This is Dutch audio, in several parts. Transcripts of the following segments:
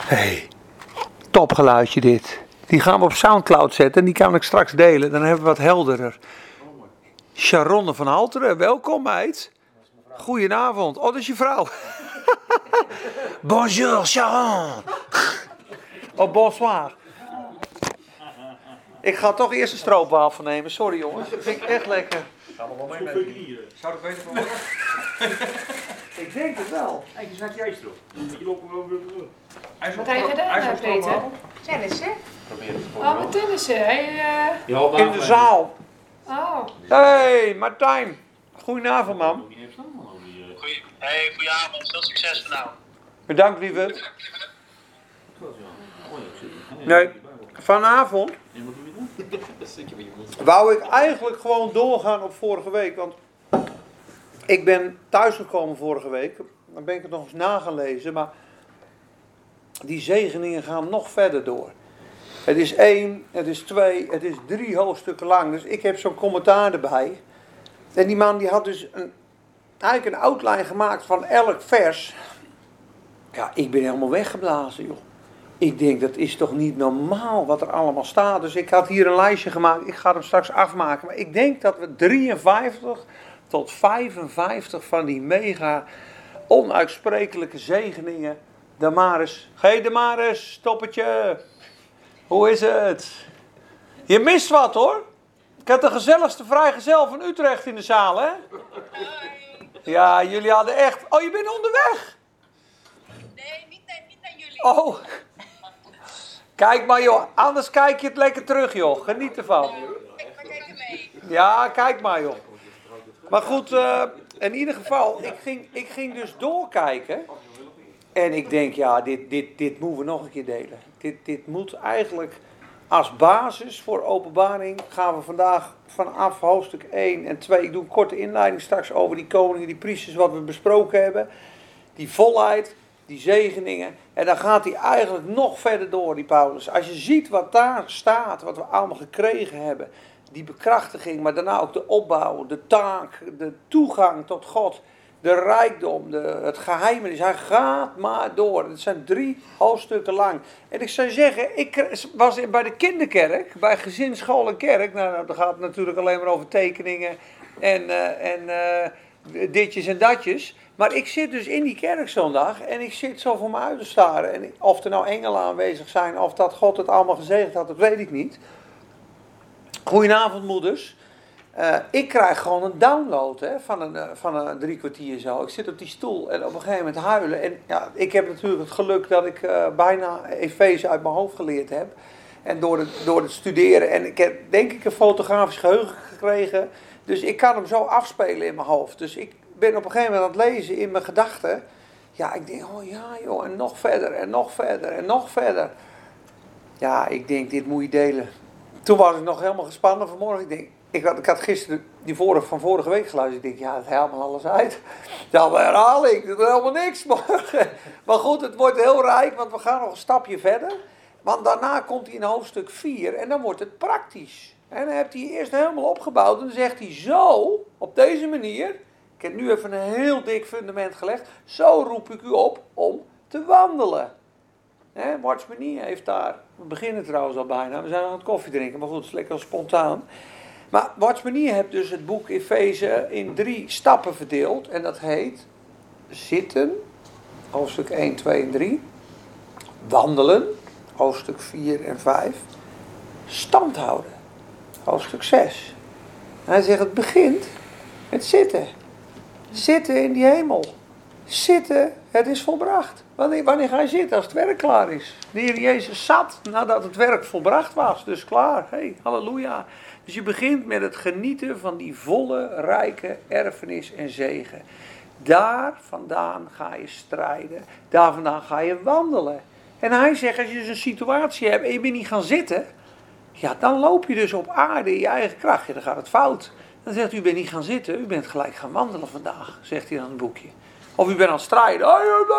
Hey, topgeluidje dit. Die gaan we op Soundcloud zetten en die kan ik straks delen. Dan hebben we wat helderder. Sharonne van Halteren, welkom meid. Goedenavond. Oh, dat is je vrouw. Bonjour Sharon. Oh, bonsoir. Ik ga toch eerst een stroopwafel nemen. Sorry jongens, dat vind ik echt lekker. Gaan we wel mee. Zou ik weten van Ik denk het wel. Eentje zet je ijs erop. Je loopt gewoon weer terug. Wat heb je gedaan, Peter? Tennissen? Probeer het gewoon. Oh, met tennissen. In de zaal. Oh. Hey, Martijn. Goedenavond man. Goedenavond, veel succes vanavond. Bedankt lieverd. Nee, vanavond wou ik eigenlijk gewoon doorgaan op vorige week. Want ik ben thuisgekomen vorige week. Dan ben ik het nog eens na gaan lezen. Maar die zegeningen gaan nog verder door. Het is 1, het is 2, het is 3 hoofdstukken lang. Dus ik heb zo'n commentaar erbij. En die man die had dus eigenlijk een outline gemaakt van elk vers. Ja, ik ben helemaal weggeblazen joh. Ik denk, dat is toch niet normaal wat er allemaal staat. Dus ik had hier een lijstje gemaakt. Ik ga hem straks afmaken. Maar ik denk dat we 53 tot 55 van die mega onuitsprekelijke zegeningen. Damaris. Hey Damaris, stoppertje. Hoe is het? Je mist wat hoor. Ik heb de gezelligste vrijgezel van Utrecht in de zaal, hè? Ja, jullie hadden echt... Oh, je bent onderweg? Nee, niet naar jullie. Oh. Kijk maar joh, anders kijk je het lekker terug joh. Geniet ervan. Ik kijk mee. Ja, kijk maar joh. Maar goed, in ieder geval, ik ging dus doorkijken. En ik denk, ja, dit moeten we nog een keer delen. Dit moet eigenlijk als basis voor openbaring gaan we vandaag vanaf hoofdstuk 1 en 2. Ik doe een korte inleiding straks over die koningen, die priesters, wat we besproken hebben. Die volheid, die zegeningen. En dan gaat hij eigenlijk nog verder door, die Paulus. Als je ziet wat daar staat, wat we allemaal gekregen hebben. Die bekrachtiging, maar daarna ook de opbouw, de taak, de toegang tot God. De rijkdom, het geheimenis. Hij gaat maar door. Het zijn 3 hoofdstukken lang. En ik zou zeggen, ik was bij de kinderkerk, bij gezin, school en kerk. Nou, dat gaat natuurlijk alleen maar over tekeningen en ditjes en datjes. Maar ik zit dus in die kerk zondag en ik zit zo voor me uit te staren. En of er nou engelen aanwezig zijn, of dat God het allemaal gezegend had, dat weet ik niet. Goedenavond moeders. Ik krijg gewoon een download van een 3 kwartier zo. Ik zit op die stoel en op een gegeven moment huilen. En ja, ik heb natuurlijk het geluk dat ik bijna Efeze uit mijn hoofd geleerd heb. En door het studeren. En ik heb denk ik een fotografisch geheugen gekregen. Dus ik kan hem zo afspelen in mijn hoofd. Dus ik ben op een gegeven moment aan het lezen in mijn gedachten. Ja, ik denk, oh ja joh, en nog verder en nog verder en nog verder. Ja, ik denk, dit moet je delen. Toen was ik nog helemaal gespannen vanmorgen. Ik denk, ik had gisteren van vorige week geluisterd. Ik denk, ja, het helemaal alles uit. Dan herhaal ik, dat is helemaal niks morgen. Maar goed, het wordt heel rijk, want we gaan nog een stapje verder. Want daarna komt hij in hoofdstuk 4 en dan wordt het praktisch. En dan heeft hij eerst helemaal opgebouwd en dan zegt hij zo, op deze manier. Ik heb nu even een heel dik fundament gelegd. Zo roep ik u op om te wandelen. Watchmanie heeft daar, we beginnen trouwens al bijna, we zijn aan het koffie drinken, maar goed, het is lekker spontaan. Maar Watchmanie heeft dus het boek Efeze in 3 stappen verdeeld. En dat heet zitten, hoofdstuk 1, 2 en 3. Wandelen, hoofdstuk 4 en 5. Stand houden, hoofdstuk 6. En hij zegt, het begint met zitten. Zitten in die hemel. Zitten, het is volbracht. Wanneer ga je zitten? Als het werk klaar is. De Heer Jezus zat nadat het werk volbracht was. Dus klaar. Hey, halleluja. Dus je begint met het genieten van die volle, rijke erfenis en zegen. Daar vandaan ga je strijden. Daar vandaan ga je wandelen. En hij zegt, als je dus een situatie hebt en je bent niet gaan zitten. Ja, dan loop je dus op aarde in je eigen kracht. Ja, dan gaat het fout. Dan zegt u bent niet gaan zitten. U bent gelijk gaan wandelen vandaag. Zegt hij dan in het boekje. Of u bent aan het strijden.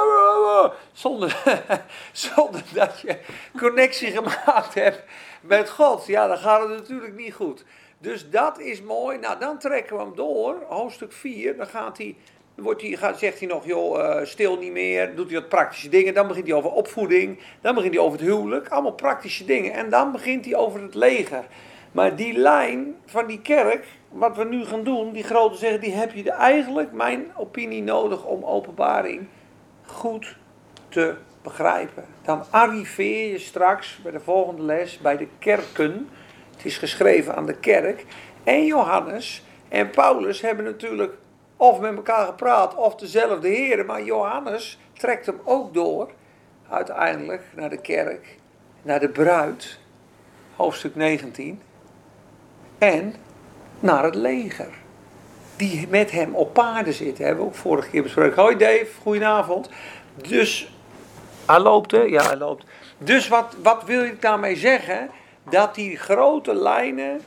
Zonder dat je connectie gemaakt hebt met God. Ja, dan gaat het natuurlijk niet goed. Dus dat is mooi. Nou, dan trekken we hem door. Hoofdstuk 4. Dan gaat hij Zegt hij nog, joh, stil niet meer. Doet hij wat praktische dingen. Dan begint hij over opvoeding. Dan begint hij over het huwelijk. Allemaal praktische dingen. En dan begint hij over het leger. Maar die lijn van die kerk, wat we nu gaan doen, die grote zeggen, die heb je eigenlijk, mijn opinie, nodig om Openbaring goed te begrijpen. Dan arriveer je straks bij de volgende les bij de kerken. Het is geschreven aan de kerk. En Johannes en Paulus hebben natuurlijk of met elkaar gepraat of dezelfde heren. Maar Johannes trekt hem ook door uiteindelijk naar de kerk, naar de bruid, hoofdstuk 19. En naar het leger. Die met hem op paarden zitten. Hebben we ook vorige keer besproken. Hoi Dave, goedenavond. Dus, hij loopt hè? Ja, hij loopt. Dus wat wil ik daarmee zeggen? Dat die grote lijnen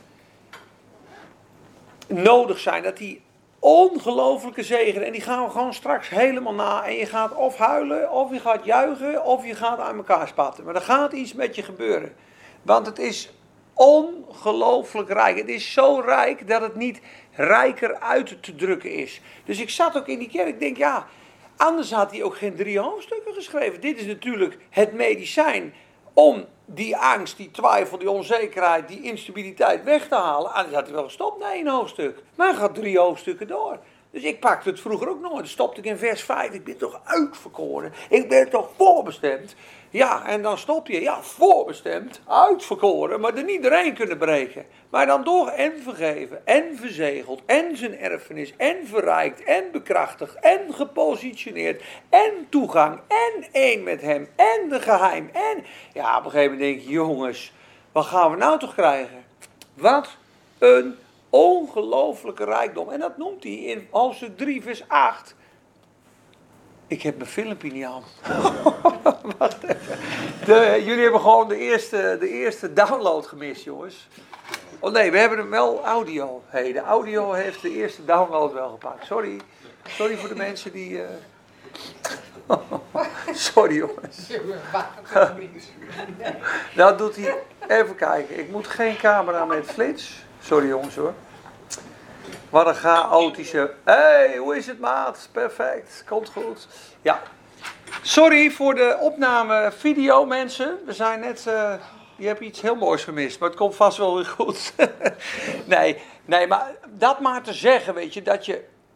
nodig zijn. Dat die ongelooflijke zegen. En die gaan we gewoon straks helemaal na. En je gaat of huilen, of je gaat juichen, of je gaat aan elkaar spatten. Maar er gaat iets met je gebeuren. Want het is ongelooflijk rijk. Het is zo rijk dat het niet rijker uit te drukken is. Dus ik zat ook in die kerk. Ik denk, ja, anders had hij ook geen 3 hoofdstukken geschreven. Dit is natuurlijk het medicijn om die angst, die twijfel, die onzekerheid, die instabiliteit weg te halen. Anders had hij wel gestopt na 1 hoofdstuk. Maar hij gaat 3 hoofdstukken door. Dus ik pakte het vroeger ook nooit. Dan stopte ik in vers 5. Ik ben toch uitverkoren. Ik ben toch voorbestemd. Ja, en dan stop je. Ja, voorbestemd, uitverkoren, maar er niet doorheen kunnen breken. Maar dan door en vergeven, en verzegeld, en zijn erfenis, en verrijkt, en bekrachtigd, en gepositioneerd, en toegang, en één met hem, en de geheim, en... Ja, op een gegeven moment denk je, jongens, wat gaan we nou toch krijgen? Wat een ongelooflijke rijkdom. En dat noemt hij in hoofdstuk 3, vers 8... Ik heb mijn filmpje niet aan. Wacht even. Jullie hebben gewoon de eerste download gemist, jongens. Oh nee, we hebben hem wel audio. Hey, de audio heeft de eerste download wel gepakt. Sorry voor de mensen die... Sorry, jongens. Nou doet hij... Even kijken. Ik moet geen camera met flits. Sorry, jongens, hoor. Wat een chaotische... Hey, hoe is het, maat? Perfect, komt goed. Ja. Sorry voor de opname video, mensen. We zijn net... je hebt iets heel moois gemist, maar het komt vast wel weer goed. nee, maar dat maar te zeggen, weet je, dat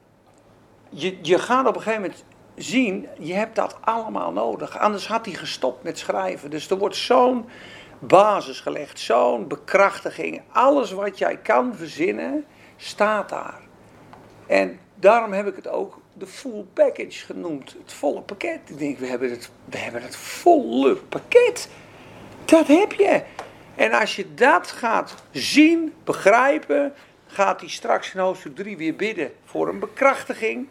je gaat op een gegeven moment zien, je hebt dat allemaal nodig. Anders had hij gestopt met schrijven. Dus er wordt zo'n basis gelegd, zo'n bekrachtiging. Alles wat jij kan verzinnen... staat daar. En daarom heb ik het ook de full package genoemd. Het volle pakket. Ik denk, we hebben het volle pakket. Dat heb je. En als je dat gaat zien, begrijpen, gaat hij straks in hoofdstuk 3 weer bidden voor een bekrachtiging,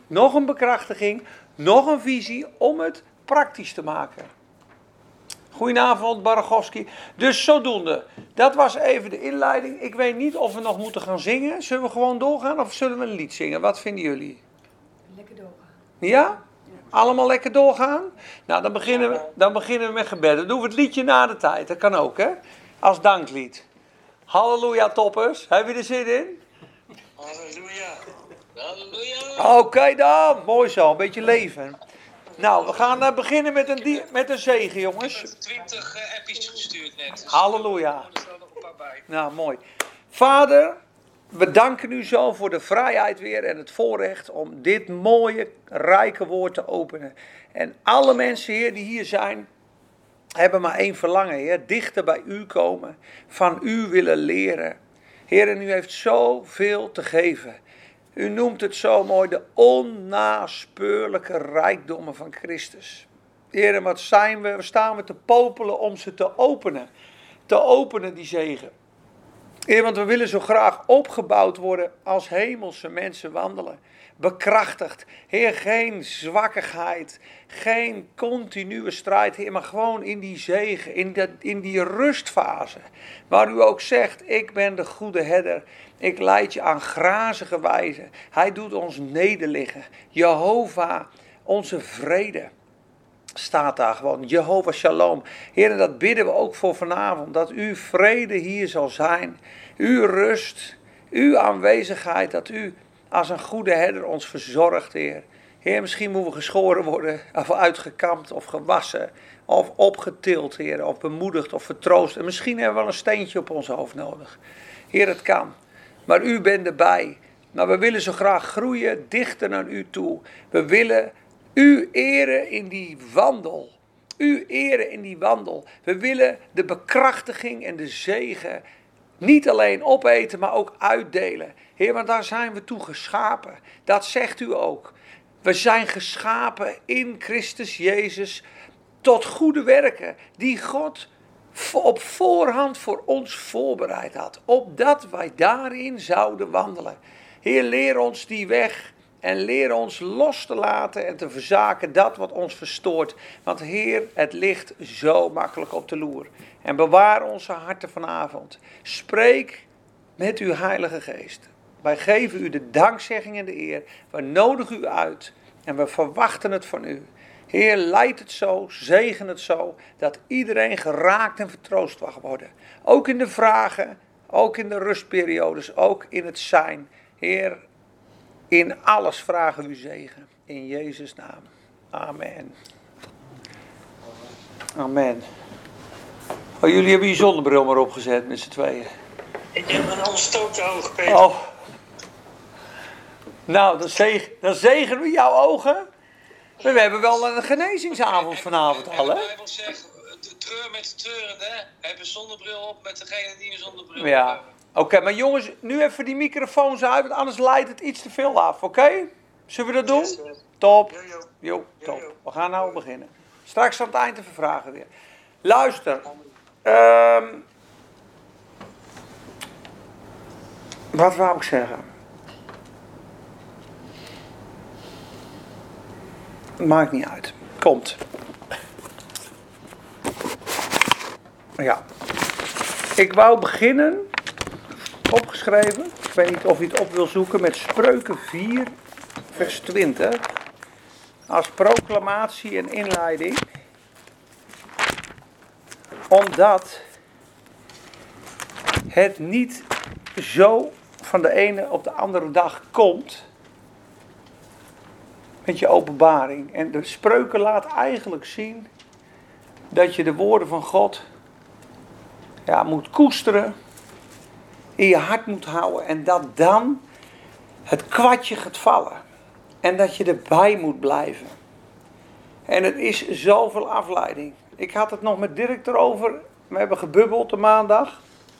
nog een visie om het praktisch te maken. Goedenavond, Baragowski. Dus zodoende. Dat was even de inleiding. Ik weet niet of we nog moeten gaan zingen. Zullen we gewoon doorgaan of zullen we een lied zingen? Wat vinden jullie? Lekker doorgaan. Ja? Allemaal lekker doorgaan? Nou, dan beginnen we met gebed. Dan doen we het liedje na de tijd. Dat kan ook, hè? Als danklied. Halleluja, toppers. Heb je er zin in? Halleluja. Halleluja. Oké dan. Mooi zo. Een beetje leven. Nou, we gaan beginnen met een zegen, jongens. 20 appjes gestuurd net. Dus Halleluja. er staan nog een paar bij. Nou, mooi. Vader, we danken u zo voor de vrijheid weer en het voorrecht om dit mooie, rijke woord te openen. En alle mensen, Heer, die hier zijn, hebben maar één verlangen, Heer. Dichter bij u komen, van u willen leren. Heer, en u heeft zoveel te geven. U noemt het zo mooi, de onnaspeurlijke rijkdommen van Christus. Heer, wat zijn we? We staan te popelen om ze te openen. Te openen, die zegen. Heer, want we willen zo graag opgebouwd worden als hemelse mensen wandelen. Bekrachtigd. Heer, geen zwakkigheid. Geen continue strijd. Heer, maar gewoon in die zegen. In die rustfase. Waar u ook zegt, ik ben de goede herder. Ik leid je aan grazige wijze. Hij doet ons nederliggen. Jehovah, onze vrede. Staat daar gewoon. Jehovah Shalom. Heer, en dat bidden we ook voor vanavond. Dat uw vrede hier zal zijn. Uw rust. Uw aanwezigheid. Dat u als een goede herder ons verzorgt, Heer. Heer, misschien moeten we geschoren worden, of uitgekamd, of gewassen, of opgetild, Heer, of bemoedigd, of vertroost. En misschien hebben we wel een steentje op ons hoofd nodig. Heer, het kan. Maar u bent erbij. Maar we willen zo graag groeien, dichter naar u toe. We willen u eren in die wandel. U eren in die wandel. We willen de bekrachtiging en de zegen niet alleen opeten, maar ook uitdelen. Heer, want daar zijn we toe geschapen. Dat zegt u ook. We zijn geschapen in Christus Jezus tot goede werken die God op voorhand voor ons voorbereid had. Opdat wij daarin zouden wandelen. Heer, leer ons die weg en leer ons los te laten en te verzaken dat wat ons verstoort. Want Heer, het ligt zo makkelijk op de loer. En bewaar onze harten vanavond. Spreek met uw Heilige Geest. Wij geven u de dankzegging en de eer. We nodigen u uit en we verwachten het van u. Heer, leid het zo, zegen het zo, dat iedereen geraakt en vertroost mag worden. Ook in de vragen, ook in de rustperiodes, ook in het zijn. Heer, in alles vragen we u zegen. In Jezus' naam. Amen. Amen. Oh, jullie hebben je zonnebril maar opgezet met z'n tweeën. Ik heb een ontstoken oog, Peter. Oh. Nou, dan zegenen we jouw ogen. We hebben wel een genezingsavond vanavond al, hè? De Bijbel zegt, treur met de treurende, heb een zonnebril op met degene die een zonnebril op Ja. hebben. Oké, maar jongens, nu even die microfoons uit, want anders leidt het iets te veel af, oké? Zullen we dat doen? Top. Jo, top. We gaan nou beginnen. Straks aan het eind even vragen weer. Luister. Wat wou ik zeggen? Maakt niet uit. Komt. Ja. Ik wou beginnen, opgeschreven, ik weet niet of je het op wil zoeken, met Spreuken 4, vers 20. Als proclamatie en inleiding. Omdat het niet zo van de ene op de andere dag komt met je openbaring. En de Spreuken laat eigenlijk zien dat je de woorden van God moet koesteren, in je hart moet houden en dat dan het kwartje gaat vallen. En dat je erbij moet blijven. En het is zoveel afleiding. Ik had het nog met Dirk erover. We hebben gebubbeld de maandag.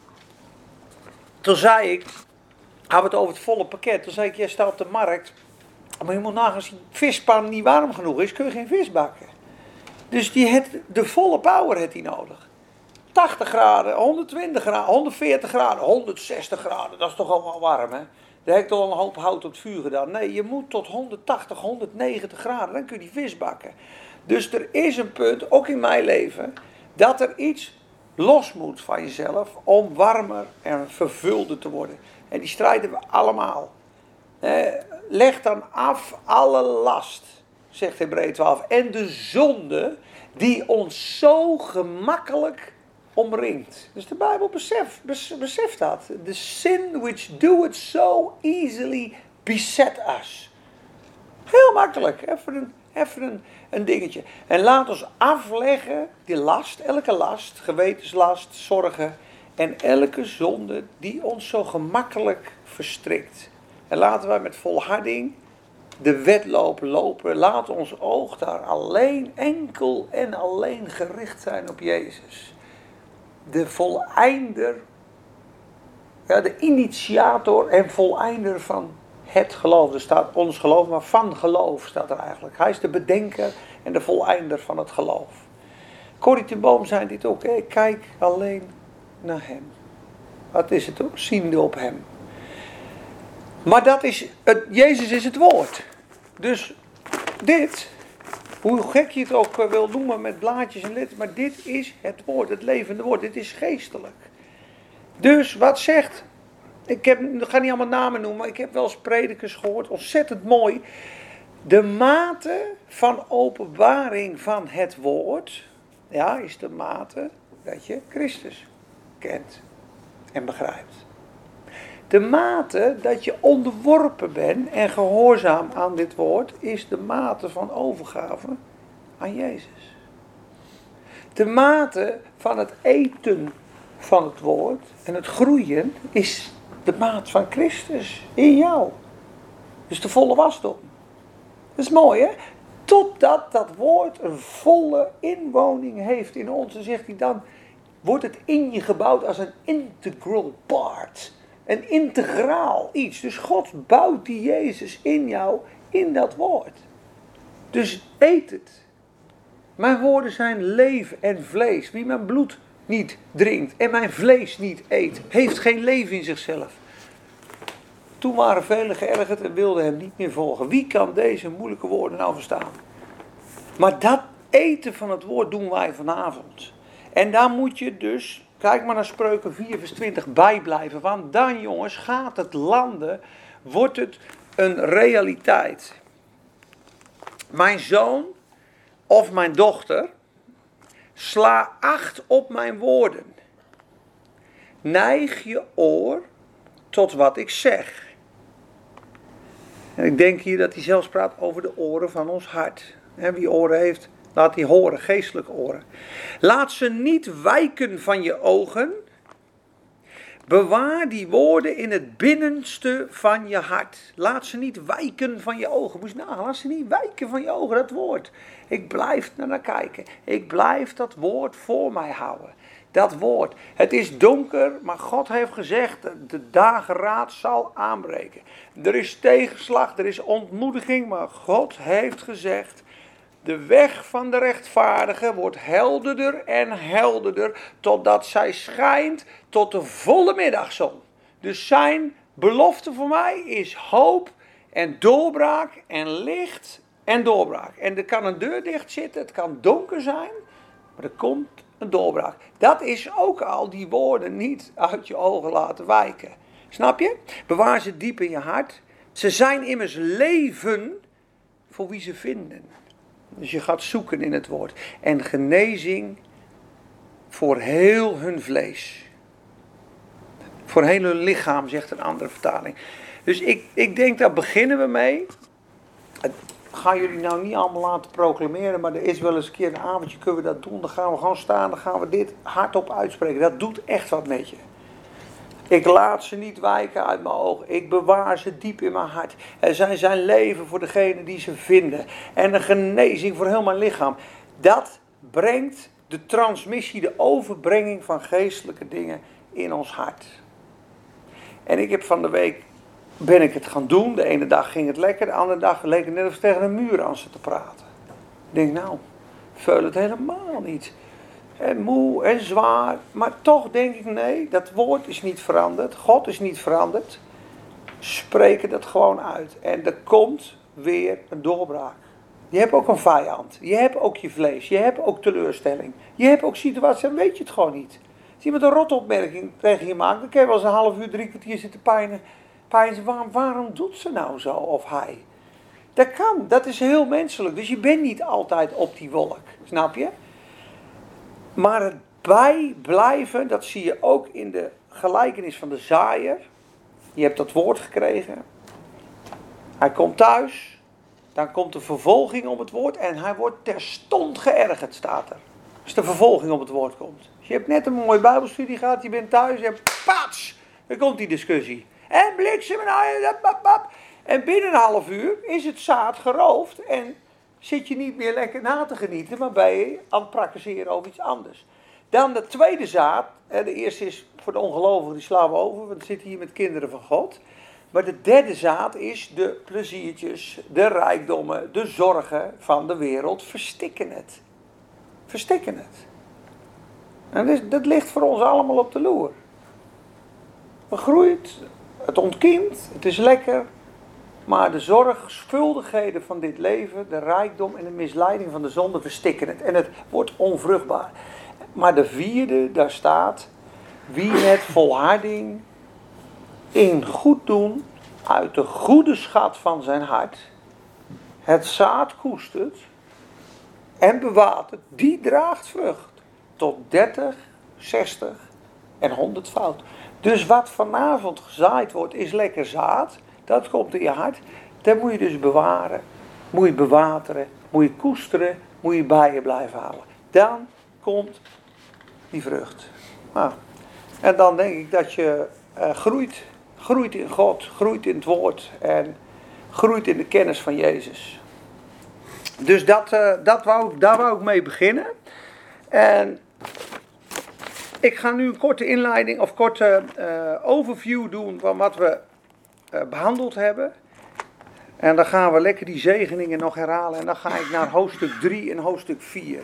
Toen zei ik, hadden we het over het volle pakket. Toen zei ik, jij staat op de markt. Maar je moet nagaan, als die vispan niet warm genoeg is, kun je geen vis bakken. Dus de volle power heeft hij nodig. 80 graden, 120 graden, 140 graden, 160 graden. Dat is toch allemaal warm, hè? Daar heb ik toch al een hoop hout op het vuur gedaan. Nee, je moet tot 180, 190 graden. Dan kun je die vis bakken. Dus er is een punt, ook in mijn leven, dat er iets los moet van jezelf om warmer en vervulder te worden. En die strijd hebben we allemaal. Leg dan af alle last, zegt Hebreeën 12. En de zonde die ons zo gemakkelijk omringt. Dus de Bijbel beseft dat. The sin which doeth so easily beset us. Heel makkelijk. Even een dingetje. En laat ons afleggen die last, elke last, gewetenslast, zorgen en elke zonde die ons zo gemakkelijk verstrikt. En laten wij met volharding de wedloop lopen. Laat ons oog daar enkel en alleen gericht zijn op Jezus. De voleinder, de initiator en voleinder van het geloof. Er staat ons geloof, maar van geloof staat er eigenlijk. Hij is de bedenker en de voleinder van het geloof. Corrie ten Boom zei dit ook. Kijk alleen naar hem. Wat is het ook? Ziende op hem. Maar Jezus is het woord. Dus dit, hoe gek je het ook wil noemen met blaadjes en letters, maar dit is het woord, het levende woord. Dit is geestelijk. Dus wat zegt, ik ga niet allemaal namen noemen, maar ik heb wel eens predikers gehoord, ontzettend mooi. De mate van openbaring van het woord, is de mate dat je Christus kent en begrijpt. De mate dat je onderworpen bent en gehoorzaam aan dit woord, is de mate van overgave aan Jezus. De mate van het eten van het woord en het groeien is de maat van Christus in jou. Dus de volle wasdom. Dat is mooi, hè? Totdat dat woord een volle inwoning heeft in ons. En zegt hij dan, wordt het in je gebouwd als een integral part. Een integraal iets. Dus God bouwt die Jezus in jou, in dat woord. Dus eet het. Mijn woorden zijn leven en vlees. Wie mijn bloed niet drinkt en mijn vlees niet eet, heeft geen leven in zichzelf. Toen waren velen geërgerd en wilden hem niet meer volgen. Wie kan deze moeilijke woorden nou verstaan? Maar dat eten van het woord doen wij vanavond. En daar moet je dus, kijk maar naar Spreuken 4 vers 20, bijblijven. Want dan, jongens, gaat het landen, wordt het een realiteit. Mijn zoon of mijn dochter, sla acht op mijn woorden. Neig je oor tot wat ik zeg. En ik denk hier dat hij zelfs praat over de oren van ons hart. En wie oren heeft, laat die horen, geestelijke oren. Laat ze niet wijken van je ogen. Bewaar die woorden in het binnenste van je hart. Laat ze niet wijken van je ogen. Moest je nagaan, laat ze niet wijken van je ogen, dat woord. Ik blijf naar kijken. Ik blijf dat woord voor mij houden. Dat woord. Het is donker, maar God heeft gezegd, de dageraad zal aanbreken. Er is tegenslag, er is ontmoediging, maar God heeft gezegd, de weg van de rechtvaardige wordt helderder en helderder, totdat zij schijnt tot de volle middagzon. Dus zijn belofte voor mij is hoop en doorbraak en licht en doorbraak. En er kan een deur dicht zitten, het kan donker zijn, maar er komt een doorbraak. Dat is ook al die woorden niet uit je ogen laten wijken. Snap je? Bewaar ze diep in je hart. Ze zijn immers leven voor wie ze vinden. Dus je gaat zoeken in het woord. En genezing voor heel hun vlees. Voor heel hun lichaam, zegt een andere vertaling. Dus ik denk, daar beginnen we mee. Ik ga jullie nou niet allemaal laten proclameren, maar er is wel eens een keer een avondje, kunnen we dat doen. Dan gaan we gewoon staan, dan gaan we dit hardop uitspreken. Dat doet echt wat met je. Ik laat ze niet wijken uit mijn ogen. Ik bewaar ze diep in mijn hart. Er zijn leven voor degene die ze vinden. En een genezing voor heel mijn lichaam. Dat brengt de transmissie, de overbrenging van geestelijke dingen in ons hart. En ik heb van de week, ben ik het gaan doen. De ene dag ging het lekker, de andere dag leek het net of ik tegen een muur aan zat te praten. Ik denk, nou, ik voel het helemaal niet. En moe en zwaar. Maar toch denk ik, nee, dat woord is niet veranderd. God is niet veranderd. Spreken dat gewoon uit. En er komt weer een doorbraak. Je hebt ook een vijand. Je hebt ook je vlees. Je hebt ook teleurstelling. Je hebt ook situaties, dan weet je het gewoon niet. Als iemand een rotopmerking tegen je maakt, dan kun je wel eens een half uur, 3 kwartier zitten pijnen. Waarom doet ze nou zo, of hij? Dat kan, dat is heel menselijk. Dus je bent niet altijd op die wolk. Snap je? Maar het bijblijven, dat zie je ook in de gelijkenis van de zaaier. Je hebt dat woord gekregen. Hij komt thuis. Dan komt de vervolging op het woord. En hij wordt terstond geërgerd, staat er. Als de vervolging op het woord komt. Dus je hebt net een mooie bijbelstudie gehad. Je bent thuis. Je hebt pats. Dan komt die discussie. En bliksem en binnen een half uur is het zaad geroofd. En zit je niet meer lekker na te genieten, maar ben je aan het praktiseren over iets anders. Dan de tweede zaad. De eerste is voor de ongelovigen, die slaan we over, want we zitten hier met kinderen van God. Maar de derde zaad is de pleziertjes, de rijkdommen, de zorgen van de wereld verstikken het. Verstikken het. En dat ligt voor ons allemaal op de loer. Het groeit, het ontkiemt, het is lekker. Maar de zorgvuldigheden van dit leven, de rijkdom en de misleiding van de zonde verstikken het. En het wordt onvruchtbaar. Maar de vierde, daar staat, wie met volharding in goed doen uit de goede schat van zijn hart het zaad koestert en bewatert, die draagt vrucht tot 30, 60 en 100-foud. Dus wat vanavond gezaaid wordt is lekker zaad. Dat komt in je hart. Dat moet je dus bewaren. Moet je bewateren. Moet je koesteren. Moet je bij je blijven halen. Dan komt die vrucht. Nou, en dan denk ik dat je groeit. Groeit in God. Groeit in het woord. En groeit in de kennis van Jezus. Dus daar wou ik mee beginnen. En ik ga nu een korte inleiding of korte overview doen van wat we behandeld hebben. En dan gaan we lekker die zegeningen nog herhalen. En dan ga ik naar hoofdstuk 3 en hoofdstuk 4.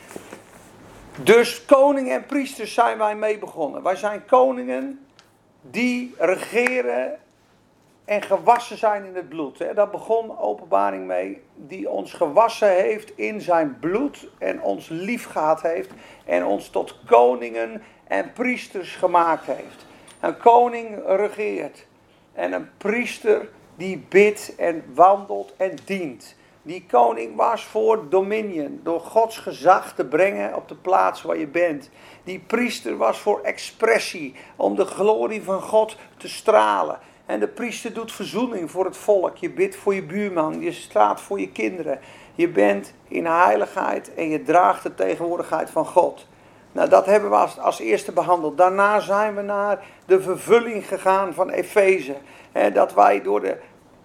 Dus koningen en priesters zijn wij mee begonnen. Wij zijn koningen die regeren en gewassen zijn in het bloed. Daar begon Openbaring mee. Die ons gewassen heeft in zijn bloed. En ons lief gehad heeft. En ons tot koningen en priesters gemaakt heeft. Een koning regeert. En een priester die bidt en wandelt en dient. Die koning was voor dominion. Door Gods gezag te brengen op de plaats waar je bent. Die priester was voor expressie. Om de glorie van God te stralen. En de priester doet verzoening voor het volk. Je bidt voor je buurman. Je staat voor je kinderen. Je bent in heiligheid en je draagt de tegenwoordigheid van God. Nou, dat hebben we als eerste behandeld. Daarna zijn we naar de vervulling gegaan van Efeze. Dat wij door de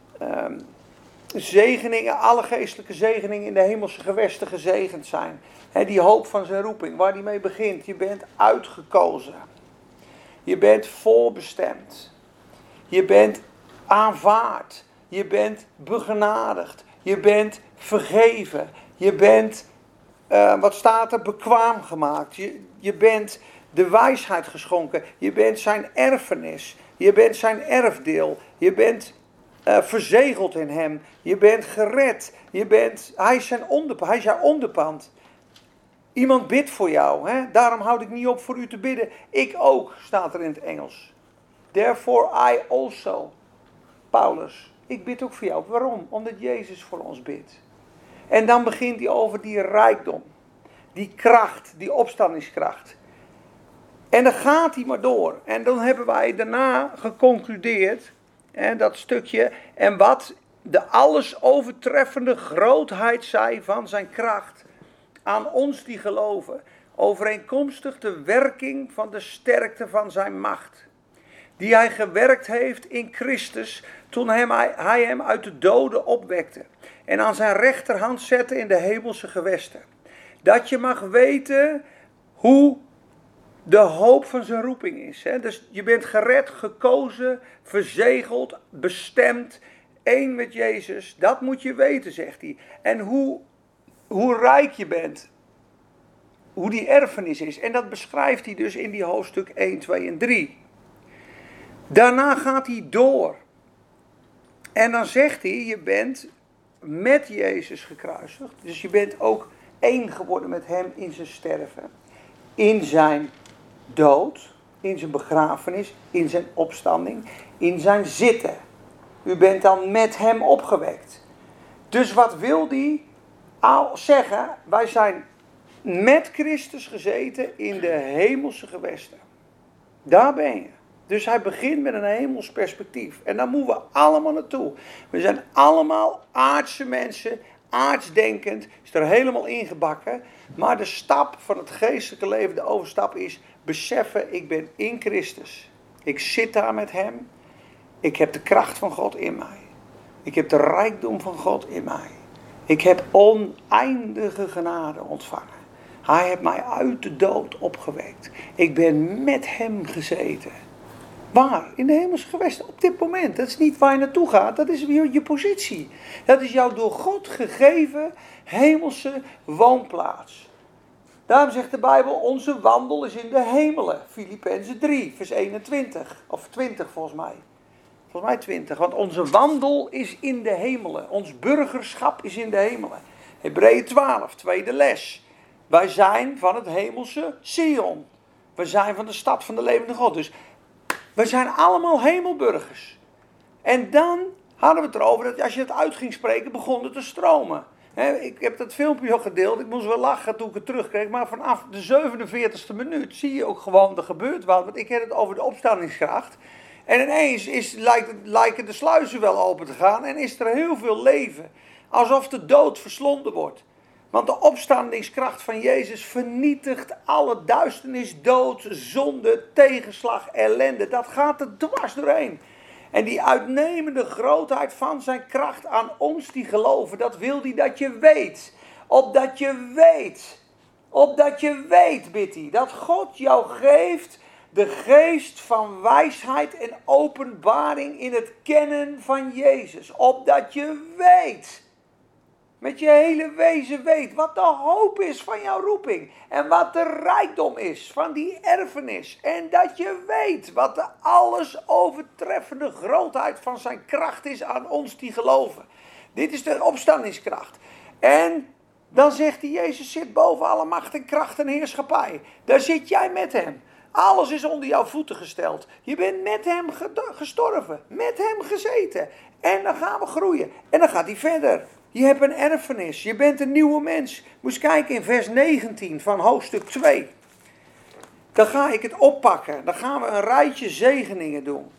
zegeningen, alle geestelijke zegeningen in de hemelse gewesten gezegend zijn. Die hoop van zijn roeping, waar die mee begint. Je bent uitgekozen. Je bent voorbestemd. Je bent aanvaard. Je bent begenadigd. Je bent vergeven. Je bent, wat staat er, bekwaam gemaakt. Je bent de wijsheid geschonken. Je bent zijn erfenis. Je bent zijn erfdeel. Je bent verzegeld in hem. Je bent gered. Hij is jouw onderpand. Iemand bidt voor jou. Daarom houd ik niet op voor u te bidden. Ik ook, staat er in het Engels. Therefore I also, Paulus, ik bid ook voor jou. Waarom? Omdat Jezus voor ons bidt. En dan begint hij over die rijkdom. Die kracht, die opstandingskracht. En dan gaat hij maar door. En dan hebben wij daarna geconcludeerd, dat stukje, en wat de alles overtreffende grootheid zij van zijn kracht aan ons die geloven, overeenkomstig de werking van de sterkte van zijn macht. Die hij gewerkt heeft in Christus toen hij hem uit de doden opwekte. En aan zijn rechterhand zette in de hemelse gewesten. Dat je mag weten hoe de hoop van zijn roeping is. Dus je bent gered, gekozen, verzegeld, bestemd. Één met Jezus. Dat moet je weten, zegt hij. En hoe rijk je bent. Hoe die erfenis is. En dat beschrijft hij dus in die hoofdstuk 1, 2 en 3. Daarna gaat hij door. En dan zegt hij, je bent met Jezus gekruisigd. Dus je bent ook één geworden met hem in zijn sterven. In zijn dood. In zijn begrafenis. In zijn opstanding. In zijn zitten. U bent dan met hem opgewekt. Dus wat wil hij al zeggen? Wij zijn met Christus gezeten in de hemelse gewesten. Daar ben je. Dus hij begint met een hemels perspectief. En daar moeten we allemaal naartoe. We zijn allemaal aardse mensen, aardsdenkend, is er helemaal ingebakken. Maar de stap van het geestelijke leven, de overstap is beseffen, ik ben in Christus. Ik zit daar met hem. Ik heb de kracht van God in mij. Ik heb de rijkdom van God in mij. Ik heb oneindige genade ontvangen. Hij heeft mij uit de dood opgewekt. Ik ben met hem gezeten. Waar? In de hemelse gewesten. Op dit moment. Dat is niet waar je naartoe gaat. Dat is je positie. Dat is jouw door God gegeven hemelse woonplaats. Daarom zegt de Bijbel, onze wandel is in de hemelen. Filippenzen 3, vers 21. Of 20 volgens mij. Volgens mij 20. Want onze wandel is in de hemelen. Ons burgerschap is in de hemelen. Hebreeën 12, tweede les. Wij zijn van het hemelse Sion. We zijn van de stad van de levende God. Dus we zijn allemaal hemelburgers. En dan hadden we het erover dat als je het uit ging spreken, begon het te stromen. Ik heb dat filmpje al gedeeld. Ik moest wel lachen toen ik het terugkreeg. Maar vanaf de 47e minuut zie je ook gewoon, er gebeurt wat. Want ik heb het over de opstandingskracht. En ineens lijken de sluizen wel open te gaan. En is er heel veel leven. Alsof de dood verslonden wordt. Want de opstandingskracht van Jezus vernietigt alle duisternis, dood, zonde, tegenslag, ellende. Dat gaat er dwars doorheen. En die uitnemende grootheid van zijn kracht aan ons die geloven, dat wil hij dat je weet. Opdat je weet, bidt hij, dat God jou geeft de geest van wijsheid en openbaring in het kennen van Jezus. Opdat je weet, met je hele wezen weet, wat de hoop is van jouw roeping. En wat de rijkdom is van die erfenis. En dat je weet wat de alles overtreffende grootheid van zijn kracht is aan ons die geloven. Dit is de opstandingskracht. En dan zegt hij, Jezus zit boven alle macht en kracht en heerschappij. Daar zit jij met hem. Alles is onder jouw voeten gesteld. Je bent met hem gestorven. Met hem gezeten. En dan gaan we groeien. En dan gaat hij verder. Je hebt een erfenis. Je bent een nieuwe mens. Moet eens kijken in vers 19 van hoofdstuk 2. Dan ga ik het oppakken. Dan gaan we een rijtje zegeningen doen.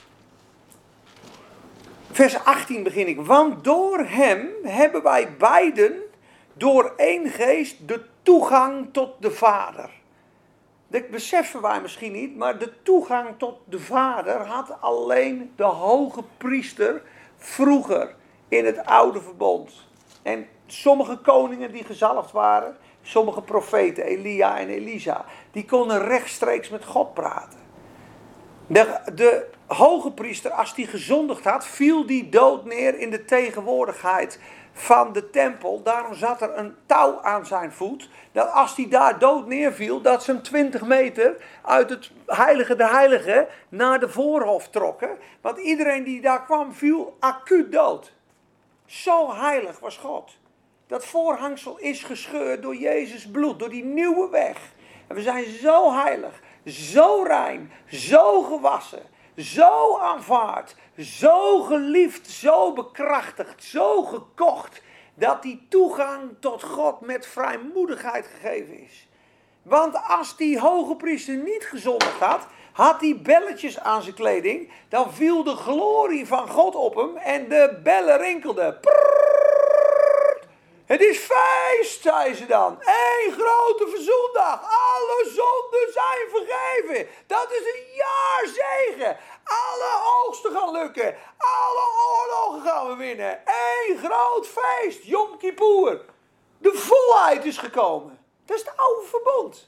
Vers 18 begin ik. Want door hem hebben wij beiden door één geest de toegang tot de Vader. Dat beseffen wij misschien niet, maar de toegang tot de Vader had alleen de hoge priester vroeger in het oude verbond. En sommige koningen die gezalfd waren, sommige profeten, Elia en Elisa, die konden rechtstreeks met God praten. De hoge priester, als die gezondigd had, viel die dood neer in de tegenwoordigheid van de tempel. Daarom zat er een touw aan zijn voet. Dat als hij daar dood neerviel, dat ze hem 20 meter uit het heilige der heiligen naar de voorhof trokken. Want iedereen die daar kwam, viel acuut dood. Zo heilig was God. Dat voorhangsel is gescheurd door Jezus' bloed, door die nieuwe weg. En we zijn zo heilig, zo rein, zo gewassen, zo aanvaard, zo geliefd, zo bekrachtigd, zo gekocht, dat die toegang tot God met vrijmoedigheid gegeven is. Want als die hoge priester niet gezondigd had, had hij belletjes aan zijn kleding, dan viel de glorie van God op hem en de bellen rinkelden. Prrrr. Het is feest, zei ze dan. Eén grote verzoendag. Alle zonden zijn vergeven. Dat is een jaarzegen. Alle oogsten gaan lukken. Alle oorlogen gaan we winnen. Eén groot feest. Yom Kippur. De volheid is gekomen. Dat is het oude verbond.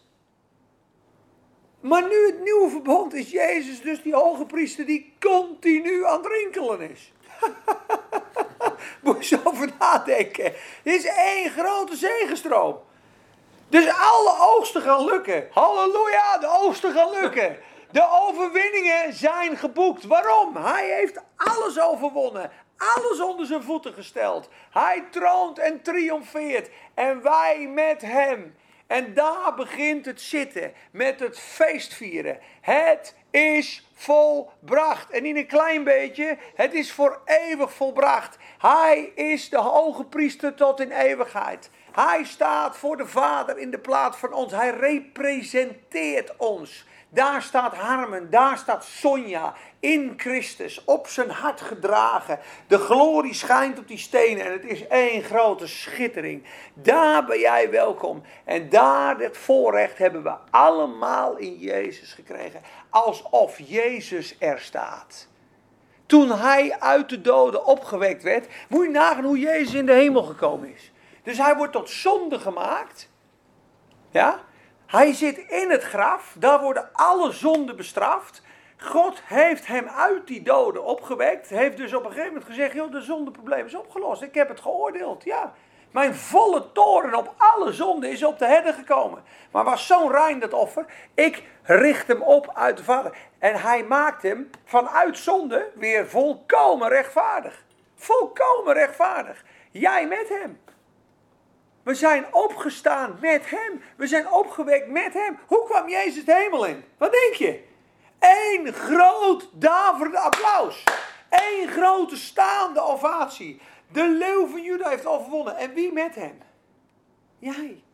Maar nu het nieuwe verbond is Jezus dus die hoge priester die continu aan het rinkelen is. Moet je eens over nadenken. Dit is één grote zegenstroom. Dus alle oogsten gaan lukken. Halleluja, de oogsten gaan lukken. De overwinningen zijn geboekt. Waarom? Hij heeft alles overwonnen. Alles onder zijn voeten gesteld. Hij troont en triomfeert. En wij met hem. En daar begint het zitten met het feestvieren. Het is volbracht. En niet een klein beetje, het is voor eeuwig volbracht. Hij is de hoge priester tot in eeuwigheid. Hij staat voor de Vader in de plaats van ons. Hij representeert ons. Daar staat Harmen, daar staat Sonja in Christus, op zijn hart gedragen. De glorie schijnt op die stenen en het is één grote schittering. Daar ben jij welkom. En daar, het voorrecht, hebben we allemaal in Jezus gekregen. Alsof Jezus er staat. Toen hij uit de doden opgewekt werd, moet je nagaan hoe Jezus in de hemel gekomen is. Dus hij wordt tot zonde gemaakt. Ja? Hij zit in het graf, daar worden alle zonden bestraft. God heeft hem uit die doden opgewekt. Heeft dus op een gegeven moment gezegd, joh, de zondeprobleem is opgelost. Ik heb het geoordeeld, ja. Mijn volle toorn op alle zonden is op de herder gekomen. Maar was zo'n rein dat offer. Ik richt hem op uit de Vader. En hij maakt hem vanuit zonde weer volkomen rechtvaardig. Volkomen rechtvaardig. Jij met hem. We zijn opgestaan met hem. We zijn opgewekt met hem. Hoe kwam Jezus de hemel in? Wat denk je? Eén groot daverende applaus. Eén grote staande ovatie. De leeuw van Juda heeft overwonnen. En wie met hem? Jij.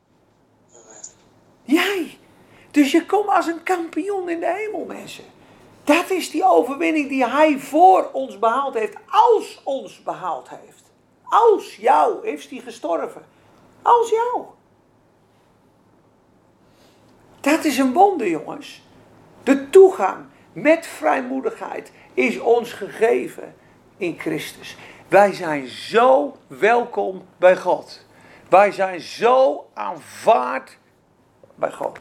Jij. Dus je komt als een kampioen in de hemel, mensen. Dat is die overwinning die hij voor ons behaald heeft. Als ons behaald heeft. Als jou heeft hij gestorven. Als jou. Dat is een wonder, jongens. De toegang met vrijmoedigheid is ons gegeven in Christus. Wij zijn zo welkom bij God. Wij zijn zo aanvaard bij God.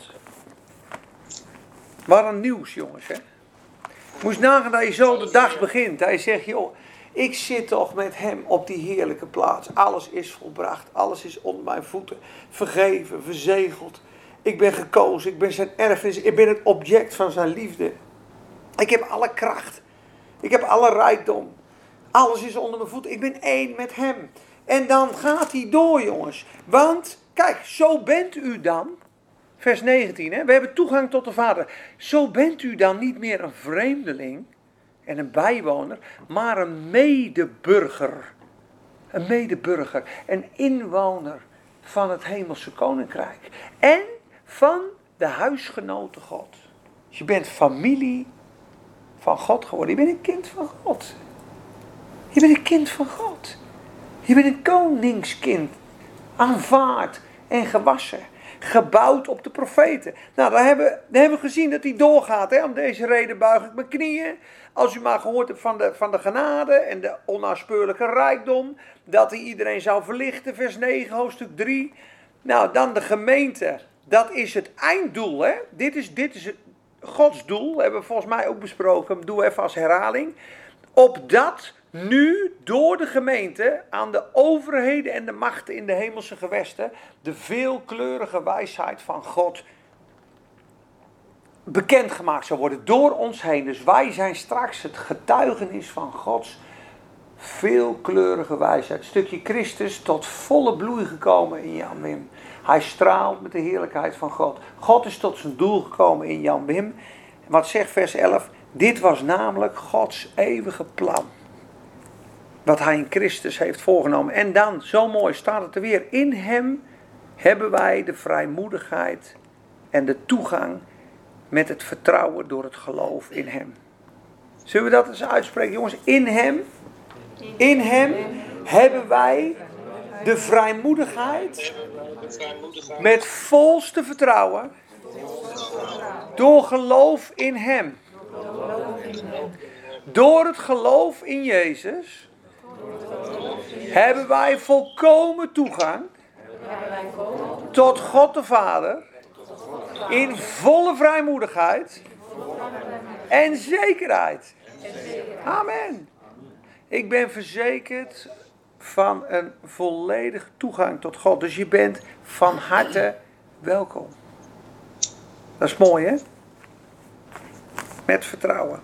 Wat een nieuws, jongens, hè. Moest nagaan dat je zo de dag begint. Hij zegt, joh, ik zit toch met hem op die heerlijke plaats. Alles is volbracht. Alles is onder mijn voeten. Vergeven, verzegeld. Ik ben gekozen. Ik ben zijn erfenis. Ik ben het object van zijn liefde. Ik heb alle kracht. Ik heb alle rijkdom. Alles is onder mijn voeten. Ik ben één met hem. En dan gaat hij door, jongens. Want, kijk, zo bent u dan. Vers 19, hè? We hebben toegang tot de Vader. Zo bent u dan niet meer een vreemdeling en een bijwoner, maar een medeburger. Een medeburger, een inwoner van het hemelse koninkrijk. En van de huisgenoten God. Dus je bent familie van God geworden. Je bent een kind van God. Je bent een kind van God. Je bent een koningskind. Aanvaard en gewassen. Gebouwd op de profeten. Nou, daar hebben we gezien dat hij doorgaat. Hè? Om deze reden buig ik mijn knieën. Als u maar gehoord hebt van de genade en de onnaspeurlijke rijkdom. Dat hij iedereen zou verlichten. Vers 9, hoofdstuk 3. Nou, dan de gemeente. Dat is het einddoel. Hè? Dit is het Gods doel. Hebben we volgens mij ook besproken. Doe even als herhaling. Opdat nu door de gemeente aan de overheden en de machten in de hemelse gewesten de veelkleurige wijsheid van God bekendgemaakt zou worden door ons heen. Dus wij zijn straks het getuigenis van Gods veelkleurige wijsheid. Een stukje Christus tot volle bloei gekomen in Jan Wim. Hij straalt met de heerlijkheid van God. God is tot zijn doel gekomen in Jan Wim. Wat zegt vers 11? Dit was namelijk Gods eeuwige plan. Wat hij in Christus heeft voorgenomen. En dan, zo mooi staat het er weer. In hem hebben wij de vrijmoedigheid en de toegang met het vertrouwen door het geloof in hem. Zullen we dat eens uitspreken, jongens? In hem hebben wij de vrijmoedigheid met volste vertrouwen door geloof in hem. Door het geloof in Jezus hebben wij volkomen toegang tot God de Vader in volle vrijmoedigheid en zekerheid. Amen. Ik ben verzekerd van een volledige toegang tot God. Dus je bent van harte welkom. Dat is mooi, hè? Met vertrouwen.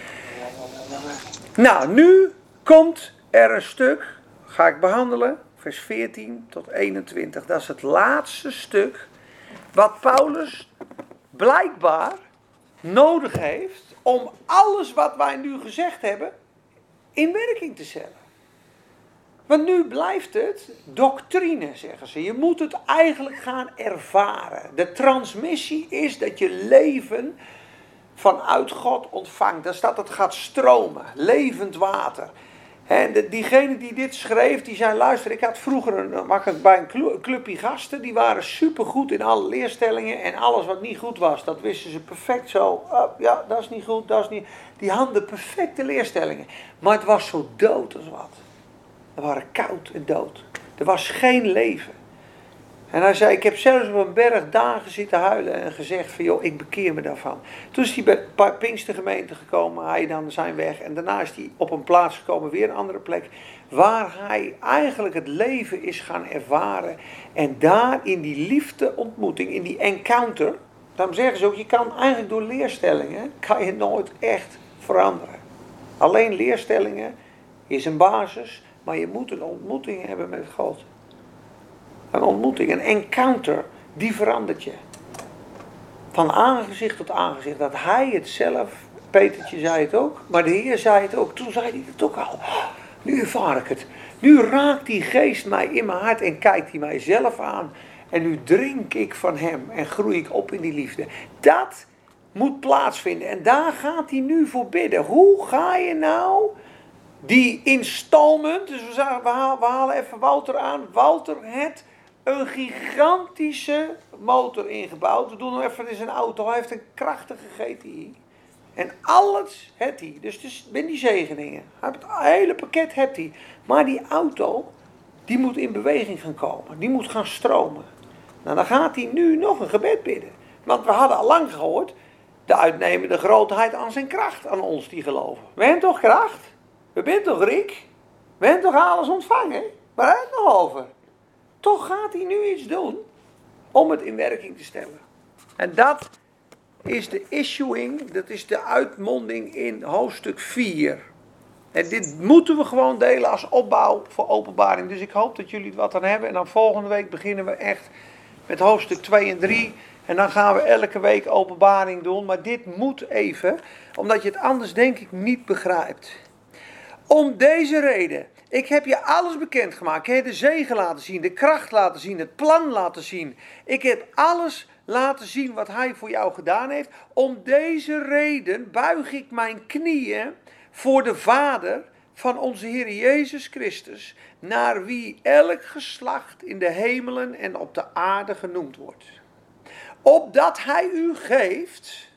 Nou, nu komt er een stuk, ga ik behandelen, vers 14 tot 21. Dat is het laatste stuk wat Paulus blijkbaar nodig heeft om alles wat wij nu gezegd hebben in werking te zetten. Want nu blijft het doctrine, zeggen ze. Je moet het eigenlijk gaan ervaren. De transmissie is dat je leven vanuit God ontvangt. Dat staat, het gaat stromen. Levend water. En diegene die dit schreef, die zei, luister, ik had vroeger bij een clubje gasten, die waren supergoed in alle leerstellingen en alles wat niet goed was, dat wisten ze perfect zo. Oh, ja, dat is niet goed, dat is niet. Die hadden perfecte leerstellingen. Maar het was zo dood als wat. We waren koud en dood. Er was geen leven. En hij zei, ik heb zelfs op een berg dagen zitten huilen en gezegd van, joh, ik bekeer me daarvan. Toen is hij bij de Pinkstergemeente gekomen, hij dan zijn weg. En daarna is hij op een plaats gekomen, weer een andere plek, waar hij eigenlijk het leven is gaan ervaren. En daar in die liefdeontmoeting, in die encounter, daarom zeggen ze ook, je kan eigenlijk door leerstellingen, kan je nooit echt veranderen. Alleen leerstellingen is een basis, maar je moet een ontmoeting hebben met God. Een ontmoeting, een encounter, die verandert je. Van aangezicht tot aangezicht. Dat hij het zelf, Petertje zei het ook, maar de Heer zei het ook. Toen zei hij het ook al. Nu ervaar ik het. Nu raakt die geest mij in mijn hart en kijkt hij mijzelf aan. En nu drink ik van hem en groei ik op in die liefde. Dat moet plaatsvinden. En daar gaat hij nu voor bidden. Hoe ga je nou die installment, dus we halen even Wouter aan. Wouter heeft een gigantische motor ingebouwd. We doen nog even in zijn auto. Hij heeft een krachtige GTI. En alles heeft hij. Dus ben die zegeningen. Het hele pakket heeft hij. Maar die auto, die moet in beweging gaan komen. Die moet gaan stromen. Nou, dan gaat hij nu nog een gebed bidden. Want we hadden al lang gehoord, de uitnemende grootheid aan zijn kracht, aan ons die geloven. We hebben toch kracht? We zijn toch rijk? We hebben toch alles ontvangen? Waar heb je het nog over? Toch gaat hij nu iets doen om het in werking te stellen. En dat is de issuing, dat is de uitmonding in hoofdstuk 4. En dit moeten we gewoon delen als opbouw voor openbaring. Dus ik hoop dat jullie er wat aan hebben. En dan volgende week beginnen we echt met hoofdstuk 2 en 3. En dan gaan we elke week openbaring doen. Maar dit moet even, omdat je het anders denk ik niet begrijpt. Om deze reden, ik heb je alles bekendgemaakt. Ik heb de zegen laten zien, de kracht laten zien, het plan laten zien. Ik heb alles laten zien wat hij voor jou gedaan heeft. Om deze reden buig ik mijn knieën voor de Vader van onze Heer Jezus Christus, naar wie elk geslacht in de hemelen en op de aarde genoemd wordt. Opdat hij u geeft,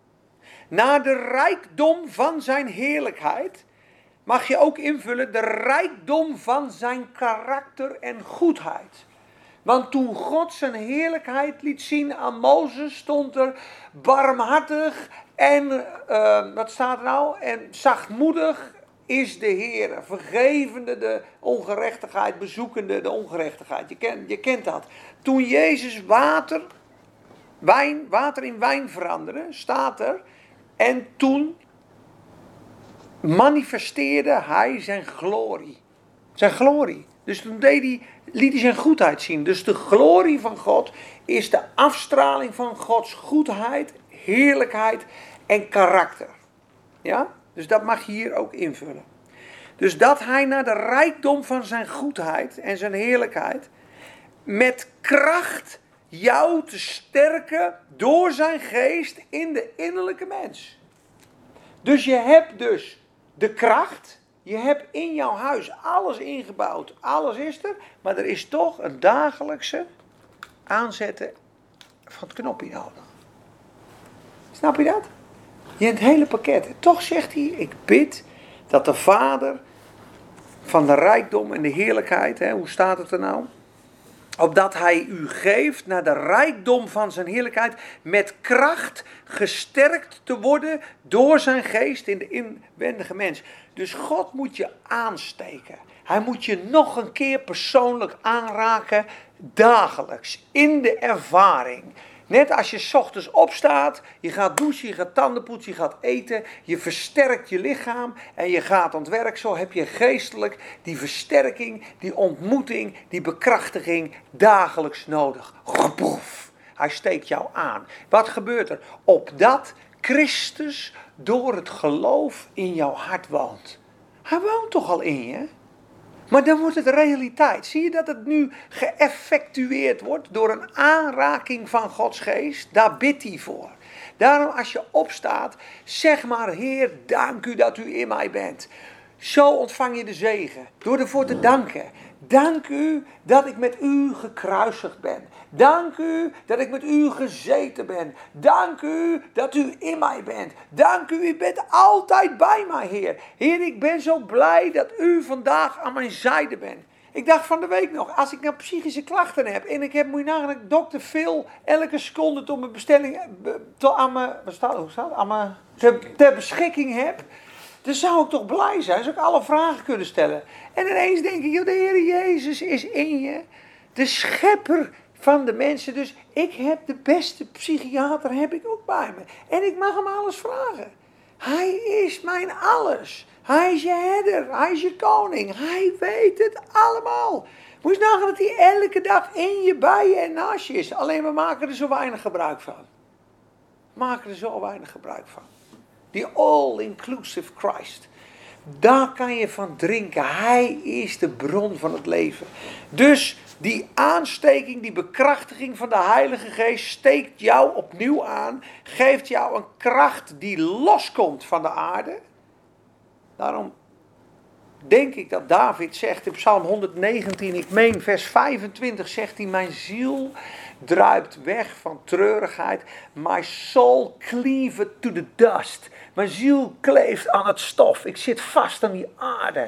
naar de rijkdom van zijn heerlijkheid, mag je ook invullen, de rijkdom van zijn karakter en goedheid. Want toen God zijn heerlijkheid liet zien aan Mozes, stond er barmhartig en, wat staat er nou? En zachtmoedig is de Heer, vergevende de ongerechtigheid, bezoekende de ongerechtigheid. Je kent dat. Toen Jezus water in wijn veranderde, staat er, en toen manifesteerde hij zijn glorie. Zijn glorie. Dus toen liet hij zijn goedheid zien. Dus de glorie van God is de afstraling van Gods goedheid, heerlijkheid en karakter. Ja? Dus dat mag je hier ook invullen. Dus dat hij naar de rijkdom van zijn goedheid en zijn heerlijkheid met kracht jou te sterken door zijn geest in de innerlijke mens. Dus je hebt dus de kracht. Je hebt in jouw huis alles ingebouwd. Alles is er. Maar er is toch een dagelijkse aanzetten van het knopje nodig. Snap je dat? Je hebt het hele pakket. Toch zegt hij, ik bid dat de Vader van de rijkdom en de heerlijkheid, hoe staat het er nou? Opdat hij u geeft naar de rijkdom van zijn heerlijkheid met kracht gesterkt te worden door zijn geest in de inwendige mens. Dus God moet je aansteken. Hij moet je nog een keer persoonlijk aanraken, dagelijks, in de ervaring. Net als je 's ochtends opstaat, je gaat douchen, je gaat tanden poetsen, je gaat eten, je versterkt je lichaam en je gaat aan het werk. Zo heb je geestelijk die versterking, die ontmoeting, die bekrachtiging dagelijks nodig. Geboef, hij steekt jou aan. Wat gebeurt er? Opdat Christus door het geloof in jouw hart woont. Hij woont toch al in je? Maar dan wordt het realiteit. Zie je dat het nu geëffectueerd wordt door een aanraking van Gods geest? Daar bidt hij voor. Daarom als je opstaat, zeg maar, Heer, dank u dat u in mij bent. Zo ontvang je de zegen, door ervoor te danken. Dank u dat ik met u gekruisigd ben. Dank u dat ik met u gezeten ben. Dank u dat u in mij bent. Dank u bent altijd bij mij, Heer. Heer, ik ben zo blij dat u vandaag aan mijn zijde bent. Ik dacht van de week nog, als ik nou psychische klachten heb en ik heb, moet je nagaan, dokter Phil elke seconde tot mijn bestelling, ter beschikking heb, dan zou ik toch blij zijn, zou ik alle vragen kunnen stellen. En ineens denk ik, joh, de Heer Jezus is in je, de schepper van de mensen. Dus ik heb de beste psychiater, heb ik ook bij me. En ik mag hem alles vragen. Hij is mijn alles. Hij is je herder, hij is je koning. Hij weet het allemaal. Moet je nagaan dat hij elke dag in je, bij je en naast je is. Alleen we maken er zo weinig gebruik van. Die all-inclusive Christ. Daar kan je van drinken. Hij is de bron van het leven. Dus die aansteking, die bekrachtiging van de Heilige Geest steekt jou opnieuw aan. Geeft jou een kracht die loskomt van de aarde. Daarom denk ik dat David zegt in Psalm 119, ik meen vers 25, zegt hij: mijn ziel druipt weg van treurigheid. My soul cleaveth to the dust. Mijn ziel kleeft aan het stof. Ik zit vast aan die aarde.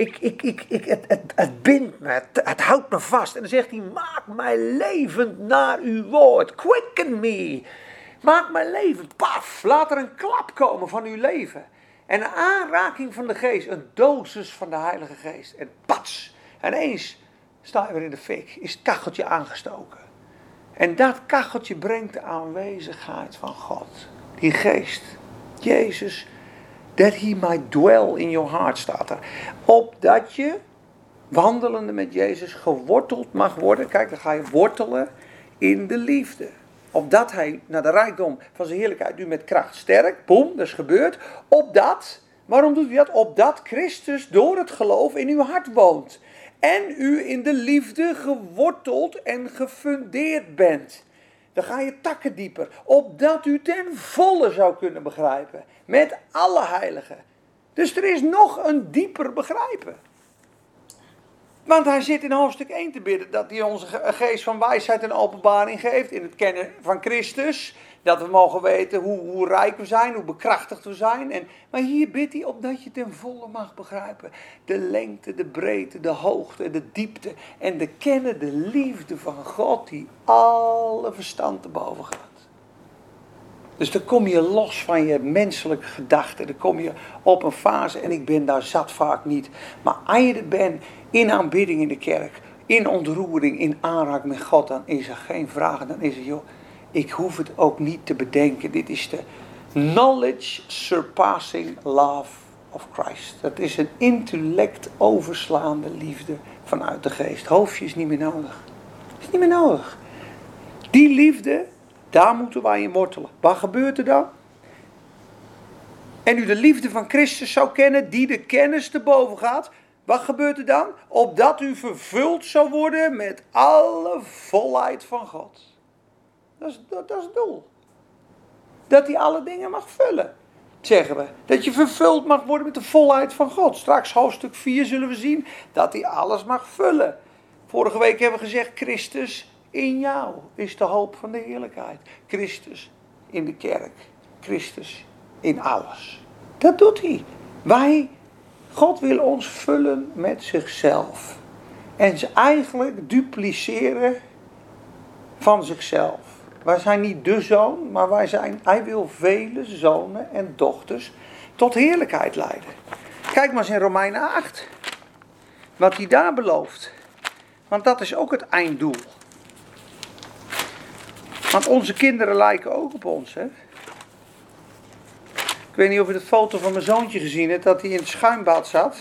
Het bindt me. Het houdt me vast. En dan zegt hij: maak mij levend naar uw woord. Quicken me. Maak mij levend. Paf. Laat er een klap komen van uw leven. En een aanraking van de geest. Een dosis van de Heilige Geest. En pats. En eens sta je weer in de fik. Is het kacheltje aangestoken. En dat kacheltje brengt de aanwezigheid van God. Die geest. Jezus. That he might dwell in your heart, staat er. Opdat je, wandelende met Jezus, geworteld mag worden. Kijk, dan ga je wortelen in de liefde. Opdat hij naar de rijkdom van zijn heerlijkheid u met kracht sterkt. Boem, dat is gebeurd. Opdat, waarom doet hij dat? Opdat Christus door het geloof in uw hart woont. En u in de liefde geworteld en gefundeerd bent. Dan ga je takken dieper. Opdat u ten volle zou kunnen begrijpen. Met alle heiligen. Dus er is nog een dieper begrijpen. Want hij zit in hoofdstuk 1 te bidden dat hij onze geest van wijsheid en openbaring geeft. In het kennen van Christus. Dat we mogen weten hoe rijk we zijn, hoe bekrachtigd we zijn. Maar hier bidt hij opdat je ten volle mag begrijpen. De lengte, de breedte, de hoogte, de diepte. En de kennen, de liefde van God die alle verstand te boven gaat. Dus dan kom je los van je menselijke gedachten. Dan kom je op een fase, en ik ben daar zat vaak niet. Maar als je er bent in aanbidding in de kerk, in ontroering, in aanraking met God, dan is er geen vraag. Dan is er, joh, ik hoef het ook niet te bedenken. Dit is de knowledge surpassing love of Christ. Dat is een intellect overslaande liefde vanuit de geest. Hoofdje is niet meer nodig. Is niet meer nodig. Die liefde, daar moeten wij in wortelen. Wat gebeurt er dan? En u de liefde van Christus zou kennen, die de kennis te boven gaat. Wat gebeurt er dan? Opdat u vervuld zou worden met alle volheid van God. Dat is het doel. Dat hij alle dingen mag vullen, zeggen we. Dat je vervuld mag worden met de volheid van God. Straks hoofdstuk 4 zullen we zien dat hij alles mag vullen. Vorige week hebben we gezegd, Christus in jou is de hoop van de heerlijkheid. Christus in de kerk. Christus in alles. Dat doet hij. God wil ons vullen met zichzelf. En ze eigenlijk dupliceren van zichzelf. Wij zijn niet de zoon, maar hij wil vele zonen en dochters tot heerlijkheid leiden. Kijk maar eens in Romeinen 8. Wat hij daar belooft. Want dat is ook het einddoel. Want onze kinderen lijken ook op ons, hè. Ik weet niet of je de foto van mijn zoontje gezien hebt, dat hij in het schuimbad zat.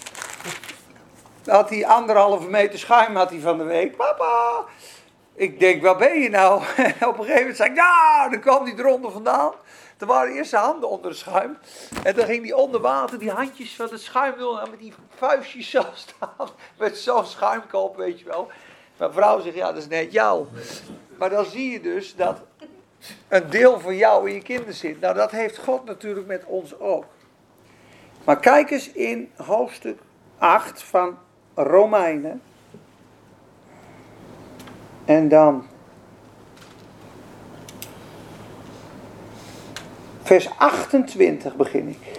Had hij 1,5 meter schuim had hij van de week. Papa! Ik denk, waar ben je nou? En op een gegeven moment zei ik, ja, dan kwam hij eronder vandaan. Toen waren eerst zijn handen onder het schuim. En dan ging hij onder water, die handjes van het schuim met die vuistjes zo staan. Met zo'n schuimkop, weet je wel. Mijn vrouw zegt, ja, dat is net jou. Maar dan zie je dus dat een deel van jou in je kinderen zit. Nou, dat heeft God natuurlijk met ons ook. Maar kijk eens in hoofdstuk 8 van Romeinen. En dan vers 28 begin ik.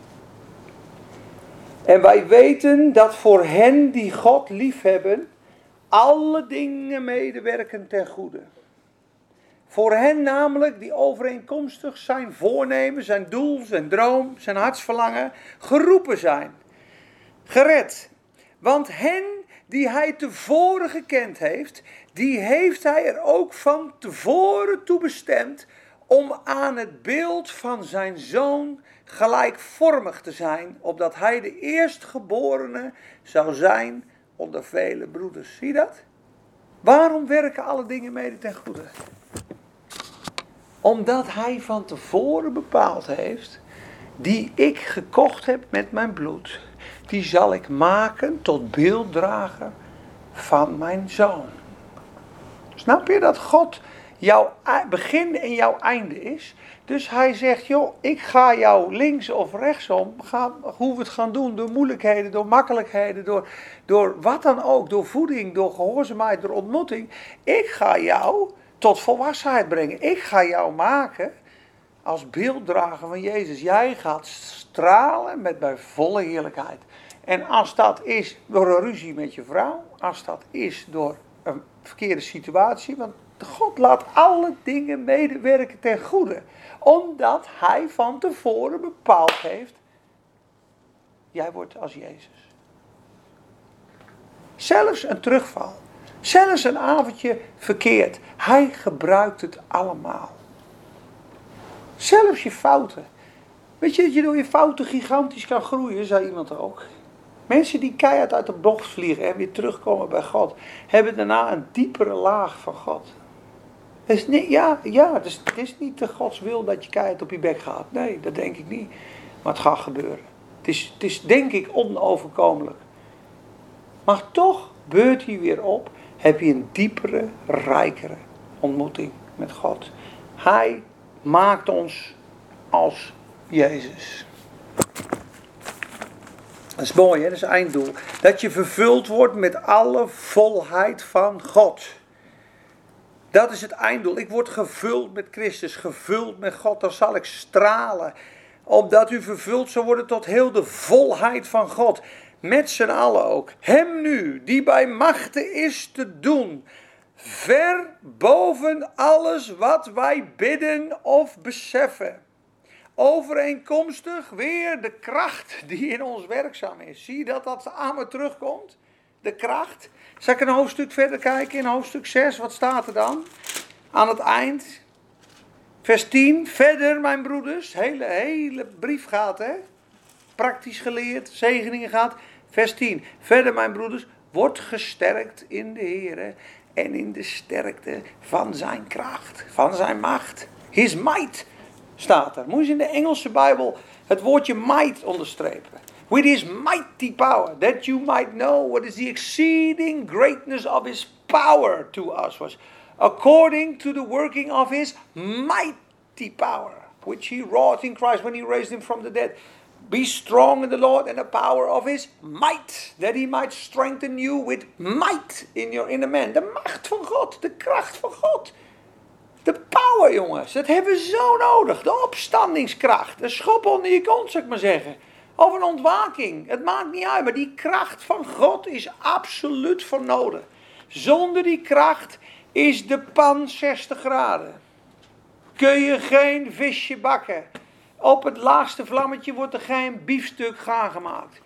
En wij weten dat voor hen die God liefhebben, alle dingen medewerken ten goede. Voor hen namelijk die overeenkomstig zijn voornemen, zijn doel, zijn droom, zijn hartsverlangen geroepen zijn. Gered. Want hen die hij tevoren gekend heeft, die heeft hij er ook van tevoren toe bestemd om aan het beeld van zijn zoon gelijkvormig te zijn, opdat hij de eerstgeborene zou zijn onder vele broeders. Zie je dat? Waarom werken alle dingen mede ten goede? Omdat hij van tevoren bepaald heeft die ik gekocht heb met mijn bloed, die zal ik maken tot beelddrager van mijn zoon. Snap je dat God jouw begin en jouw einde is? Dus hij zegt, joh, ik ga jou links of rechtsom, hoe we het gaan doen, door moeilijkheden, door makkelijkheden, door wat dan ook, door voeding, door gehoorzaamheid, door ontmoeting. Ik ga jou tot volwassenheid brengen. Ik ga jou maken als beelddrager van Jezus. Jij gaat stralen met mijn volle heerlijkheid. En als dat is door een ruzie met je vrouw, als dat is door een verkeerde situatie, want God laat alle dingen medewerken ten goede. Omdat hij van tevoren bepaald heeft, jij wordt als Jezus. Zelfs een terugval, zelfs een avondje verkeerd, hij gebruikt het allemaal. Zelfs je fouten. Weet je dat je door je fouten gigantisch kan groeien, zei iemand ook. Mensen die keihard uit de bocht vliegen en weer terugkomen bij God, hebben daarna een diepere laag van God. Het is niet, het is niet de Gods wil dat je keihard op je bek gaat. Nee, dat denk ik niet. Maar het gaat gebeuren. Het is denk ik onoverkomelijk. Maar toch beurt hij weer op, heb je een diepere, rijkere ontmoeting met God. Hij maakt ons als Jezus. Dat is mooi, hè? Dat is het einddoel. Dat je vervuld wordt met alle volheid van God. Dat is het einddoel. Ik word gevuld met Christus, gevuld met God. Dan zal ik stralen. Opdat u vervuld zal worden tot heel de volheid van God. Met z'n allen ook. Hem nu, die bij machte is te doen. Ver boven alles wat wij bidden of beseffen. Overeenkomstig weer de kracht die in ons werkzaam is. Zie je dat aan me terugkomt? De kracht. Zal ik een hoofdstuk verder kijken in hoofdstuk 6? Wat staat er dan? Aan het eind. Vers 10. Verder, mijn broeders. Hele brief gaat, hè. Praktisch geleerd. Zegeningen gaat. Vers 10. Verder, mijn broeders. Wordt gesterkt in de Heer. En in de sterkte van zijn kracht. Van zijn macht. His might. Staat er. Moet je eens in de Engelse Bijbel het woordje might onderstrepen. With his mighty power, that you might know what is the exceeding greatness of his power to us was. According to the working of his mighty power, which he wrought in Christ when he raised him from the dead. Be strong in the Lord and the power of his might, that he might strengthen you with might in your inner man. De macht van God, de kracht van God. De power, jongens, dat hebben we zo nodig. De opstandingskracht, de schop onder je kont, zou ik maar zeggen. Of een ontwaking, het maakt niet uit, maar die kracht van God is absoluut voor nodig. Zonder die kracht is de pan 60 graden. Kun je geen visje bakken. Op het laagste vlammetje wordt er geen biefstuk gaar gemaakt.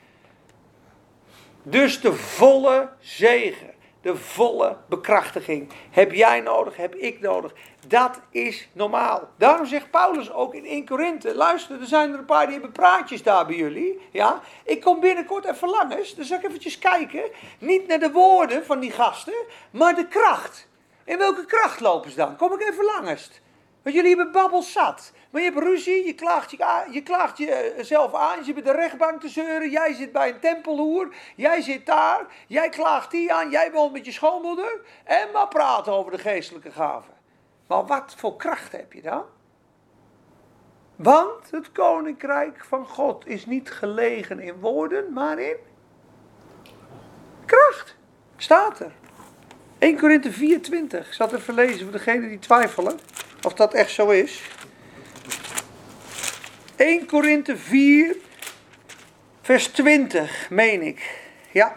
Dus de volle zegen. De volle bekrachtiging heb jij nodig, heb ik nodig. Dat is normaal. Daarom zegt Paulus ook in 1 Korinthe. Luister, er zijn er een paar die hebben praatjes daar bij jullie. Ja? Ik kom binnenkort even langs. Dan zal ik eventjes kijken. Niet naar de woorden van die gasten, maar de kracht. In welke kracht lopen ze dan? Kom ik even langs. Want jullie hebben babbel zat. Maar je hebt ruzie, je klaagt jezelf aan. Je zit bij de rechtbank te zeuren. Jij zit bij een tempelhoer. Jij zit daar. Jij klaagt die aan. Jij woont met je schoonmoeder. En maar praten over de geestelijke gaven. Maar wat voor kracht heb je dan? Want het koninkrijk van God is niet gelegen in woorden, maar in kracht. Staat er. 1 Korinthe 4:20. Ik zal het even lezen voor degenen die twijfelen. Of dat echt zo is. 1 Korinthe 4, vers 20, meen ik. Ja.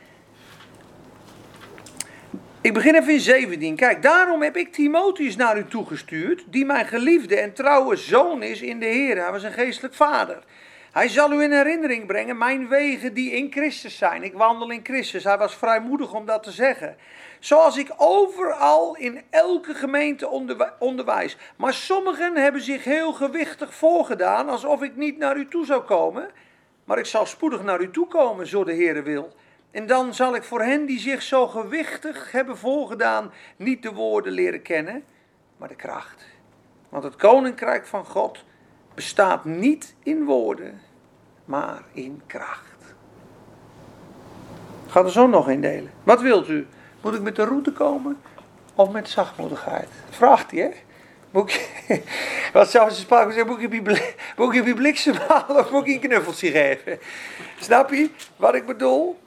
Ik begin even in 17. Kijk, daarom heb ik Timotheus naar u toegestuurd, die mijn geliefde en trouwe zoon is in de Heer. Hij was een geestelijk vader. Hij zal u in herinnering brengen mijn wegen die in Christus zijn. Ik wandel in Christus. Hij was vrijmoedig om dat te zeggen. Zoals ik overal in elke gemeente onderwijs. Maar sommigen hebben zich heel gewichtig voorgedaan, alsof ik niet naar u toe zou komen. Maar ik zal spoedig naar u toe komen, zo de Heere wil. En dan zal ik voor hen die zich zo gewichtig hebben voorgedaan, niet de woorden leren kennen, maar de kracht. Want het koninkrijk van God bestaat niet in woorden, maar in kracht. Ik ga er zo nog in delen. Wat wilt u? Moet ik met de route komen of met zachtmoedigheid? Vraagt hij, hè? Wat zou ze spraken zeggen? Moet ik je bliksem halen of moet ik je een knuffeltje geven? Snap je wat ik bedoel?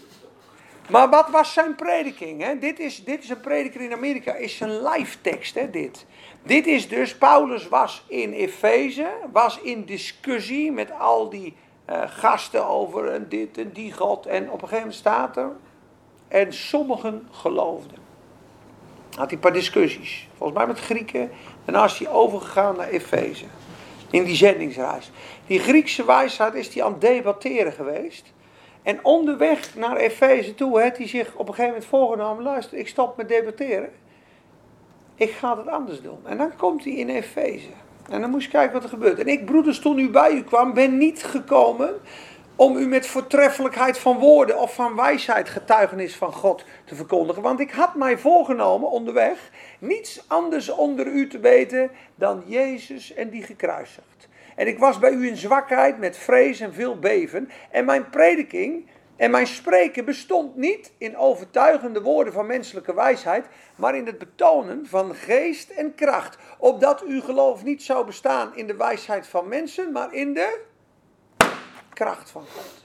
Maar wat was zijn prediking? Hè? Dit is een prediker in Amerika. Is zijn live tekst, hè, dit. Dit is dus, Paulus was in Efeze, was in discussie met al die gasten over en dit en die God. En op een gegeven moment staat er, en sommigen geloofden. Had hij een paar discussies. Volgens mij met Grieken. Daarna is hij overgegaan naar Efeze. In die zendingsreis. Die Griekse wijsheid is hij aan het debatteren geweest. En onderweg naar Efeze toe heeft hij zich op een gegeven moment voorgenomen. Luister, ik stop met debatteren. Ik ga het anders doen. En dan komt hij in Efeze. En dan moest je kijken wat er gebeurt. En ik, broeders, toen u bij u kwam, ben niet gekomen om u met voortreffelijkheid van woorden of van wijsheid getuigenis van God te verkondigen. Want ik had mij voorgenomen onderweg niets anders onder u te weten dan Jezus en die gekruisigd. En ik was bij u in zwakheid met vrees en veel beven. En mijn prediking en mijn spreken bestond niet in overtuigende woorden van menselijke wijsheid, maar in het betonen van geest en kracht. Opdat uw geloof niet zou bestaan in de wijsheid van mensen, maar in de kracht van God.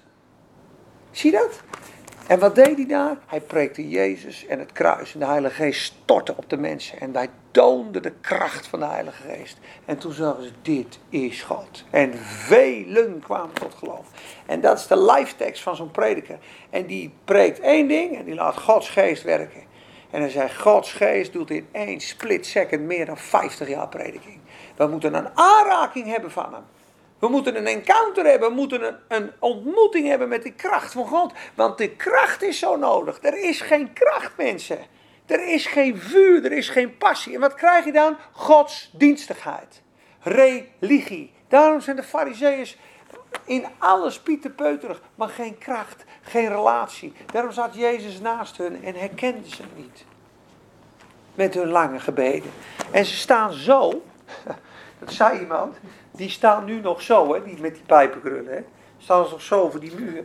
Zie je dat? En wat deed hij daar? Hij preekte Jezus en het kruis. En de Heilige Geest stortte op de mensen. En hij toonde de kracht van de Heilige Geest. En toen zagen ze, dit is God. En velen kwamen tot geloof. En dat is de live tekst van zo'n prediker. En die preekt één ding en die laat Gods Geest werken. En hij zei, Gods Geest doet in 1 split second meer dan 50 jaar prediking. We moeten een aanraking hebben van hem. We moeten een encounter hebben, we moeten een ontmoeting hebben met die kracht van God. Want de kracht is zo nodig. Er is geen kracht, mensen. Er is geen vuur, er is geen passie. En wat krijg je dan? Godsdienstigheid. Religie. Daarom zijn de Farizeeërs in alles pieterpeuterig, maar geen kracht, geen relatie. Daarom zat Jezus naast hun en herkenden ze hem niet. Met hun lange gebeden. En ze staan zo, dat zei iemand, die staan nu nog zo, hè, die met die pijpenkrullen. Hè. Staan ze nog zo over die muur.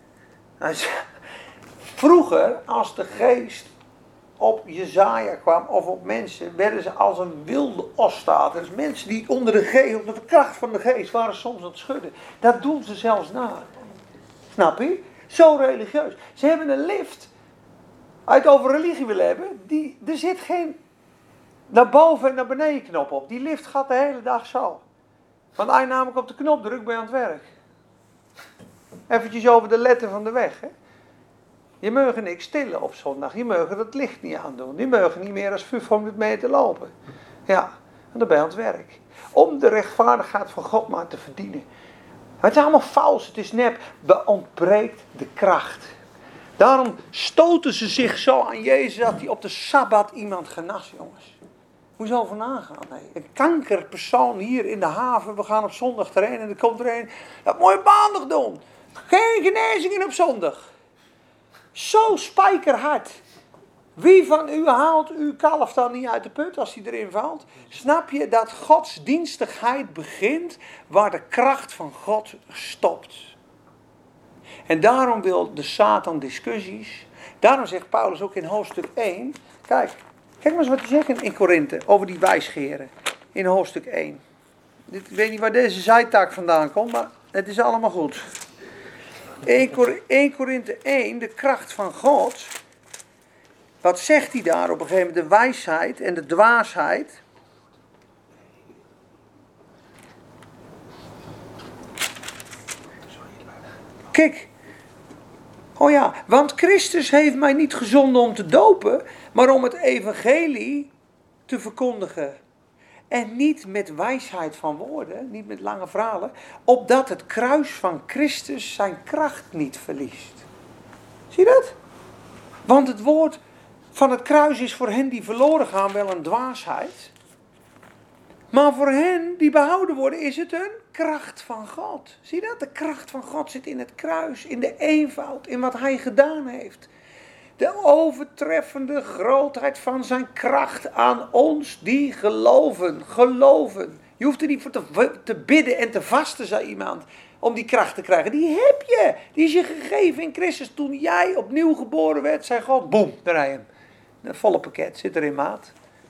Vroeger, als de geest op Jezaja kwam of op mensen, werden ze als een wilde os staan. Dus mensen die onder de kracht van de geest waren soms aan het schudden. Dat doen ze zelfs na. Snap je? Zo religieus. Ze hebben een lift. Als je het over religie wil hebben, er zit geen naar boven en naar beneden knop op. Die lift gaat de hele dag zo. Want als je namelijk op de knop drukt, ben je aan het werk. Eventjes over de letter van de weg. Hè? Je mag niks stillen op zondag. Je mag het licht niet aandoen. Je mag niet meer dan 500 meter lopen. Ja, en dan ben je aan het werk. Om de rechtvaardigheid van God maar te verdienen. Het is allemaal vals, het is nep. Er ontbreekt de kracht. Daarom stoten ze zich zo aan Jezus dat hij op de Sabbat iemand genas, jongens. Moet je zo over nagaan. Nee. Een kankerpersoon hier in de haven. We gaan op zondag erheen en er komt er een. Dat moet je maandag doen. Geen genezingen op zondag. Zo spijkerhard. Wie van u haalt uw kalf dan niet uit de put als hij erin valt? Snap je dat godsdienstigheid begint waar de kracht van God stopt? En daarom wil de Satan discussies. Daarom zegt Paulus ook in hoofdstuk 1. Kijk maar eens wat hij zegt in Korinthe over die wijsgeren. In hoofdstuk 1. Ik weet niet waar deze zijtaak vandaan komt, maar het is allemaal goed. 1 Korinthe 1, de kracht van God. Wat zegt hij daar op een gegeven moment? De wijsheid en de dwaasheid. Kijk. Oh ja, want Christus heeft mij niet gezonden om te dopen, maar om het evangelie te verkondigen. En niet met wijsheid van woorden, niet met lange verhalen, opdat het kruis van Christus zijn kracht niet verliest. Zie je dat? Want het woord van het kruis is voor hen die verloren gaan wel een dwaasheid. Maar voor hen die behouden worden is het een kracht van God. Zie je dat? De kracht van God zit in het kruis, in de eenvoud, in wat hij gedaan heeft. De overtreffende grootheid van zijn kracht aan ons die geloven. Geloven Je hoeft er niet voor te bidden en te vasten, zei iemand, om die kracht te krijgen. Die heb je. Die is je gegeven in Christus. Toen jij opnieuw geboren werd, zei God, boem, daar rij je hem. Een volle pakket, zit er in maat.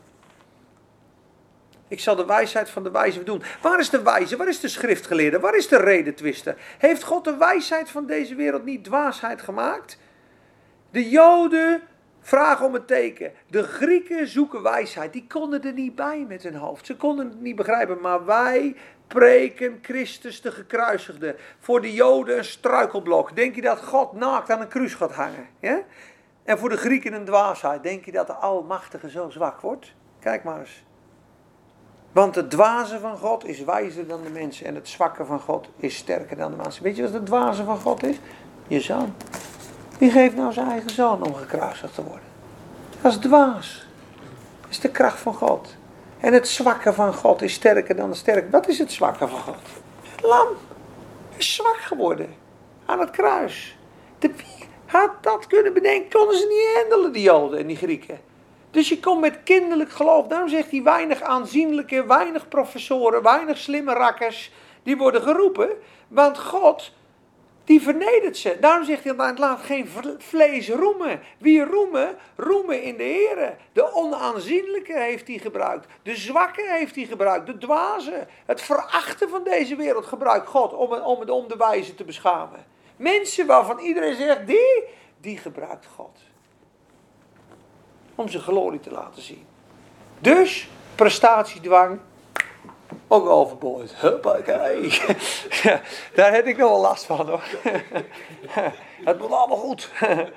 Ik zal de wijsheid van de wijze doen. Waar is de wijze? Waar is de schriftgeleerde? Waar is de redetwister? Heeft God de wijsheid van deze wereld niet dwaasheid gemaakt? De Joden vragen om een teken. De Grieken zoeken wijsheid. Die konden er niet bij met hun hoofd. Ze konden het niet begrijpen. Maar wij preken Christus de gekruisigde. Voor de Joden een struikelblok. Denk je dat God naakt aan een kruis gaat hangen? Ja? En voor de Grieken een dwaasheid. Denk je dat de Almachtige zo zwak wordt? Kijk maar eens. Want het dwaze van God is wijzer dan de mensen. En het zwakke van God is sterker dan de mensen. Weet je wat het dwaze van God is? Je zoon. Wie geeft nou zijn eigen zoon om gekruisigd te worden? Dat is dwaas. Dat is de kracht van God. En het zwakke van God is sterker dan de sterke. Wat is het zwakke van God? Het lam is zwak geworden. Aan het kruis. Wie had dat kunnen bedenken? Konden ze niet handelen, die Joden en die Grieken. Dus je komt met kinderlijk geloof. Daarom zegt hij weinig aanzienlijke, weinig professoren, weinig slimme rakkers. Die worden geroepen. Want God, die vernedert ze. Daarom zegt hij, laat geen vlees roemen. Wie roemen? Roemen in de Here. De onaanzienlijke heeft hij gebruikt. De zwakke heeft hij gebruikt. De dwaze. Het verachten van deze wereld gebruikt God om de wijze te beschamen. Mensen waarvan iedereen zegt, die gebruikt God. Om zijn glorie te laten zien. Dus, prestatiedwang, ook overboord. Huppakee. Daar heb ik nog wel last van hoor. Het moet allemaal goed.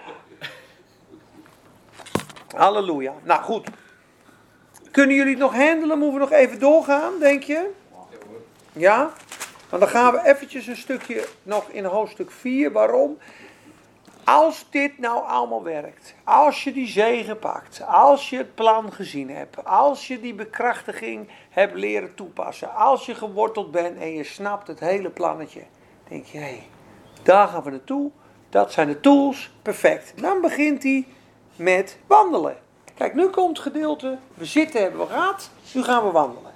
Halleluja. Nou goed. Kunnen jullie het nog handelen? Moeten we nog even doorgaan, denk je? Ja? Want dan gaan we eventjes een stukje nog in hoofdstuk 4. Waarom? Als dit nou allemaal werkt, als je die zegen pakt, als je het plan gezien hebt, als je die bekrachtiging hebt leren toepassen, als je geworteld bent en je snapt het hele plannetje, denk je, hé, daar gaan we naartoe, dat zijn de tools, perfect. Dan begint hij met wandelen. Kijk, nu komt het gedeelte, we zitten, hebben we gehad, nu gaan we wandelen.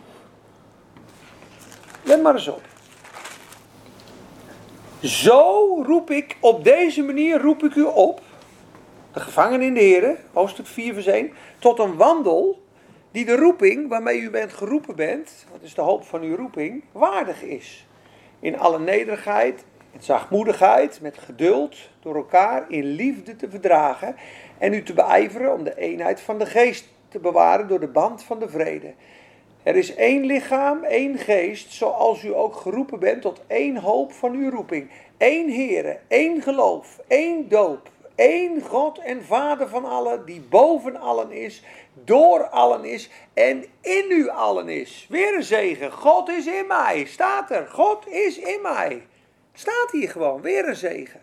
Let maar eens op. Zo roep ik, op deze manier roep ik u op, de gevangenen in de Here, hoofdstuk 4 vers 1, tot een wandel die de roeping waarmee u geroepen bent, dat is de hoop van uw roeping, waardig is. In alle nederigheid, in zachtmoedigheid, met geduld, door elkaar in liefde te verdragen en u te beijveren om de eenheid van de geest te bewaren door de band van de vrede. Er is één lichaam, één geest, zoals u ook geroepen bent tot één hoop van uw roeping. Eén Heere, één geloof, één doop, één God en Vader van allen, die boven allen is, door allen is en in u allen is. Weer een zegen, God is in mij, staat er, God is in mij. Staat hier gewoon, weer een zegen.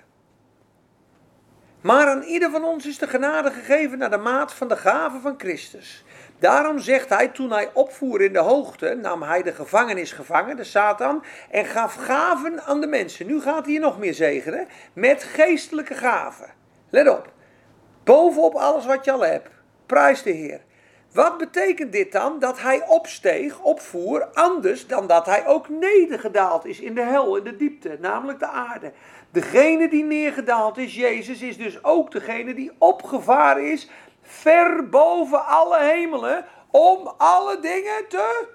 Maar aan ieder van ons is de genade gegeven naar de maat van de gave van Christus. Daarom zegt hij, toen hij opvoer in de hoogte, nam hij de gevangenis gevangen, de Satan, en gaf gaven aan de mensen. Nu gaat hij nog meer zegenen, met geestelijke gaven. Let op, bovenop alles wat je al hebt, prijs de Heer. Wat betekent dit dan? Dat hij opsteeg, opvoer, anders dan dat hij ook nedergedaald is in de hel, in de diepte, namelijk de aarde. Degene die neergedaald is, Jezus, is dus ook degene die opgevaren is, ver boven alle hemelen, om alle dingen te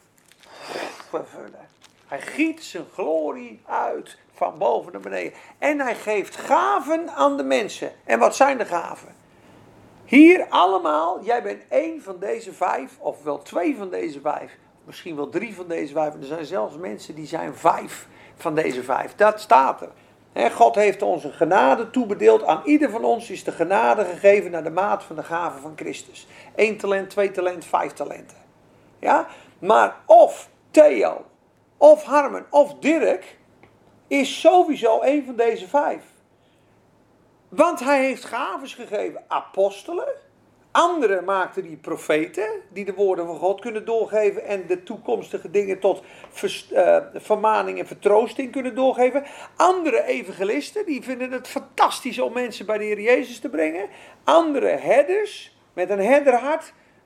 vervullen. Hij giet zijn glorie uit van boven naar beneden. En hij geeft gaven aan de mensen. En wat zijn de gaven? Hier allemaal, jij bent 1 van deze 5, of wel 2 van deze 5. Misschien wel 3 van deze 5. Er zijn zelfs mensen die zijn 5 van deze 5. Dat staat er. God heeft ons een genade toebedeeld. Aan ieder van ons is de genade gegeven naar de maat van de gave van Christus. 1 talent, 2 talent, 5 talenten. Ja? Maar of Theo, of Harmen, of Dirk is sowieso 1 van deze 5. Want hij heeft gaves gegeven. Apostelen. Anderen maakten die profeten. Die de woorden van God kunnen doorgeven. En de toekomstige dingen tot vermaning en vertroosting kunnen doorgeven. Andere evangelisten. Die vinden het fantastisch om mensen bij de Heer Jezus te brengen. Andere herders. Met een herderhart.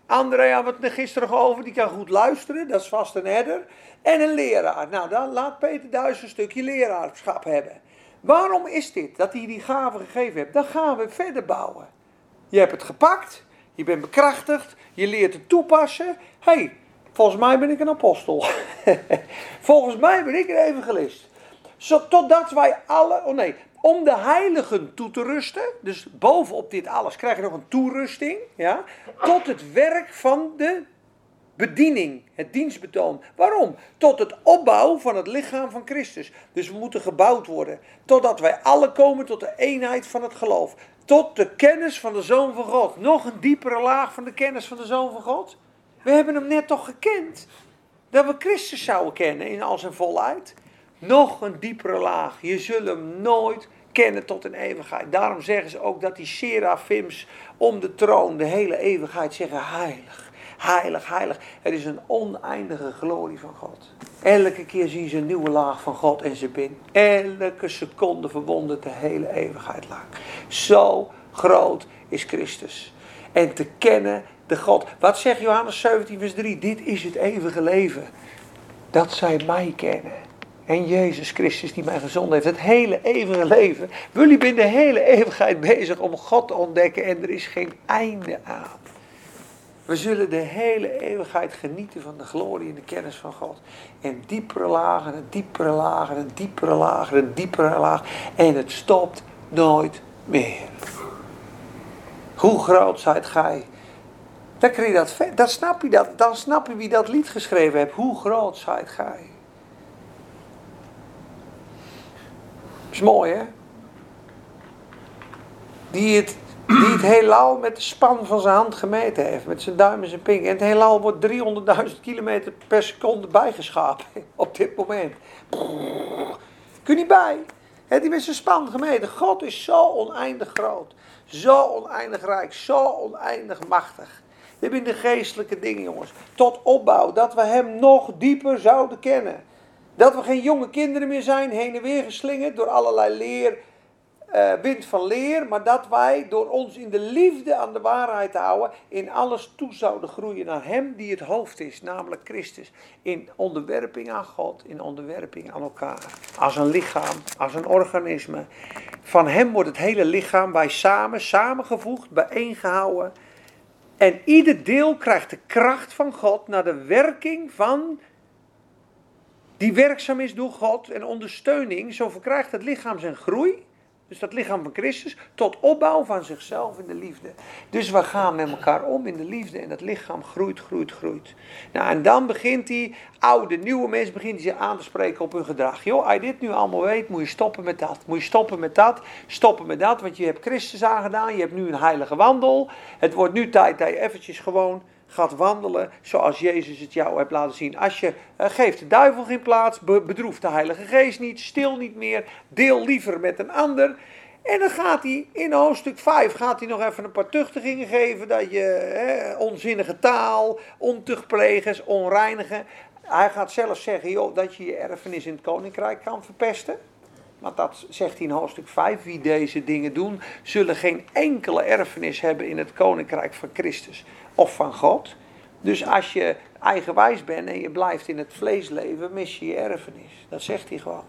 André had het er gisteren over, die kan goed luisteren, dat is vast een herder. En een leraar. Nou, dan laat Peter Duijs een stukje leraarschap hebben. Waarom is dit, dat hij die gave gegeven heeft? Dan gaan we verder bouwen. Je hebt het gepakt, je bent bekrachtigd, je leert het toepassen. Hé, volgens mij ben ik een apostel. Volgens mij ben ik een evangelist. Totdat wij om de heiligen toe te rusten, dus bovenop dit alles krijg je nog een toerusting, ja, tot het werk van de bediening, het dienstbetoon. Waarom? Tot het opbouw van het lichaam van Christus. Dus we moeten gebouwd worden, totdat wij alle komen tot de eenheid van het geloof. Tot de kennis van de Zoon van God. Nog een diepere laag van de kennis van de Zoon van God. We hebben hem net toch gekend. Dat we Christus zouden kennen in al zijn volheid. Nog een diepere laag. Je zult hem nooit kennen tot een eeuwigheid. Daarom zeggen ze ook dat die serafims om de troon de hele eeuwigheid zeggen heilig, heilig, heilig. Er is een oneindige glorie van God. Elke keer zien ze een nieuwe laag van God en ze bin. Elke seconde verwondert de hele eeuwigheid lang. Zo groot is Christus. En te kennen de God. Wat zegt Johannes 17 vers 3? Dit is het eeuwige leven. Dat zij mij kennen. En Jezus Christus die mij gezonden heeft. Het hele eeuwige leven. Jullie zijn de hele eeuwigheid bezig om God te ontdekken. En er is geen einde aan. We zullen de hele eeuwigheid genieten van de glorie en de kennis van God. En diepere lagen, en diepere lagen, en diepere lagen, en diepere lagen. En het stopt nooit meer. Hoe groot zijt gij? Dan krijg je dat, snap je dat. Dan snap je wie dat lied geschreven heeft. Hoe groot zijt gij? Dat is mooi, hè? Die het heelal met de span van zijn hand gemeten heeft. Met zijn duim en zijn pink. En het heelal wordt 300.000 kilometer per seconde bijgeschapen. Op dit moment. Kun je niet bij. Heeft hij met zijn span gemeten. God is zo oneindig groot. Zo oneindig rijk. Zo oneindig machtig. Dit zijn de geestelijke dingen, jongens. Tot opbouw. Dat we hem nog dieper zouden kennen. Dat we geen jonge kinderen meer zijn. Heen en weer geslingerd door allerlei wind van leer. Maar dat wij door ons in de liefde aan de waarheid te houden. In alles toe zouden groeien naar hem die het hoofd is. Namelijk Christus. In onderwerping aan God. In onderwerping aan elkaar. Als een lichaam. Als een organisme. Van hem wordt het hele lichaam bij samengevoegd. Bijeengehouden. En ieder deel krijgt de kracht van God naar de werking van die werkzaam is door God en ondersteuning. Zo verkrijgt het lichaam zijn groei. Dus dat lichaam van Christus. Tot opbouw van zichzelf in de liefde. Dus we gaan met elkaar om in de liefde. En dat lichaam groeit. Nou, en dan begint die oude, nieuwe mens begint die zich aan te spreken op hun gedrag. Joh, als je dit nu allemaal weet, moet je stoppen met dat. Stoppen met dat. Want je hebt Christus aangedaan. Je hebt nu een heilige wandel. Het wordt nu tijd dat je eventjes gewoon gaat wandelen zoals Jezus het jou heeft laten zien. Als je geeft de duivel geen plaats, bedroeft de Heilige Geest niet, stil niet meer, deel liever met een ander. En dan gaat hij in hoofdstuk 5 nog even een paar tuchtigingen geven, dat je onzinnige taal, ontuchtplegers, onreinigen. Hij gaat zelf zeggen, joh, dat je je erfenis in het koninkrijk kan verpesten. Want dat zegt hij in hoofdstuk 5. Wie deze dingen doen, zullen geen enkele erfenis hebben in het koninkrijk van Christus of van God. Dus als je eigenwijs bent en je blijft in het vlees leven, mis je je erfenis. Dat zegt hij gewoon.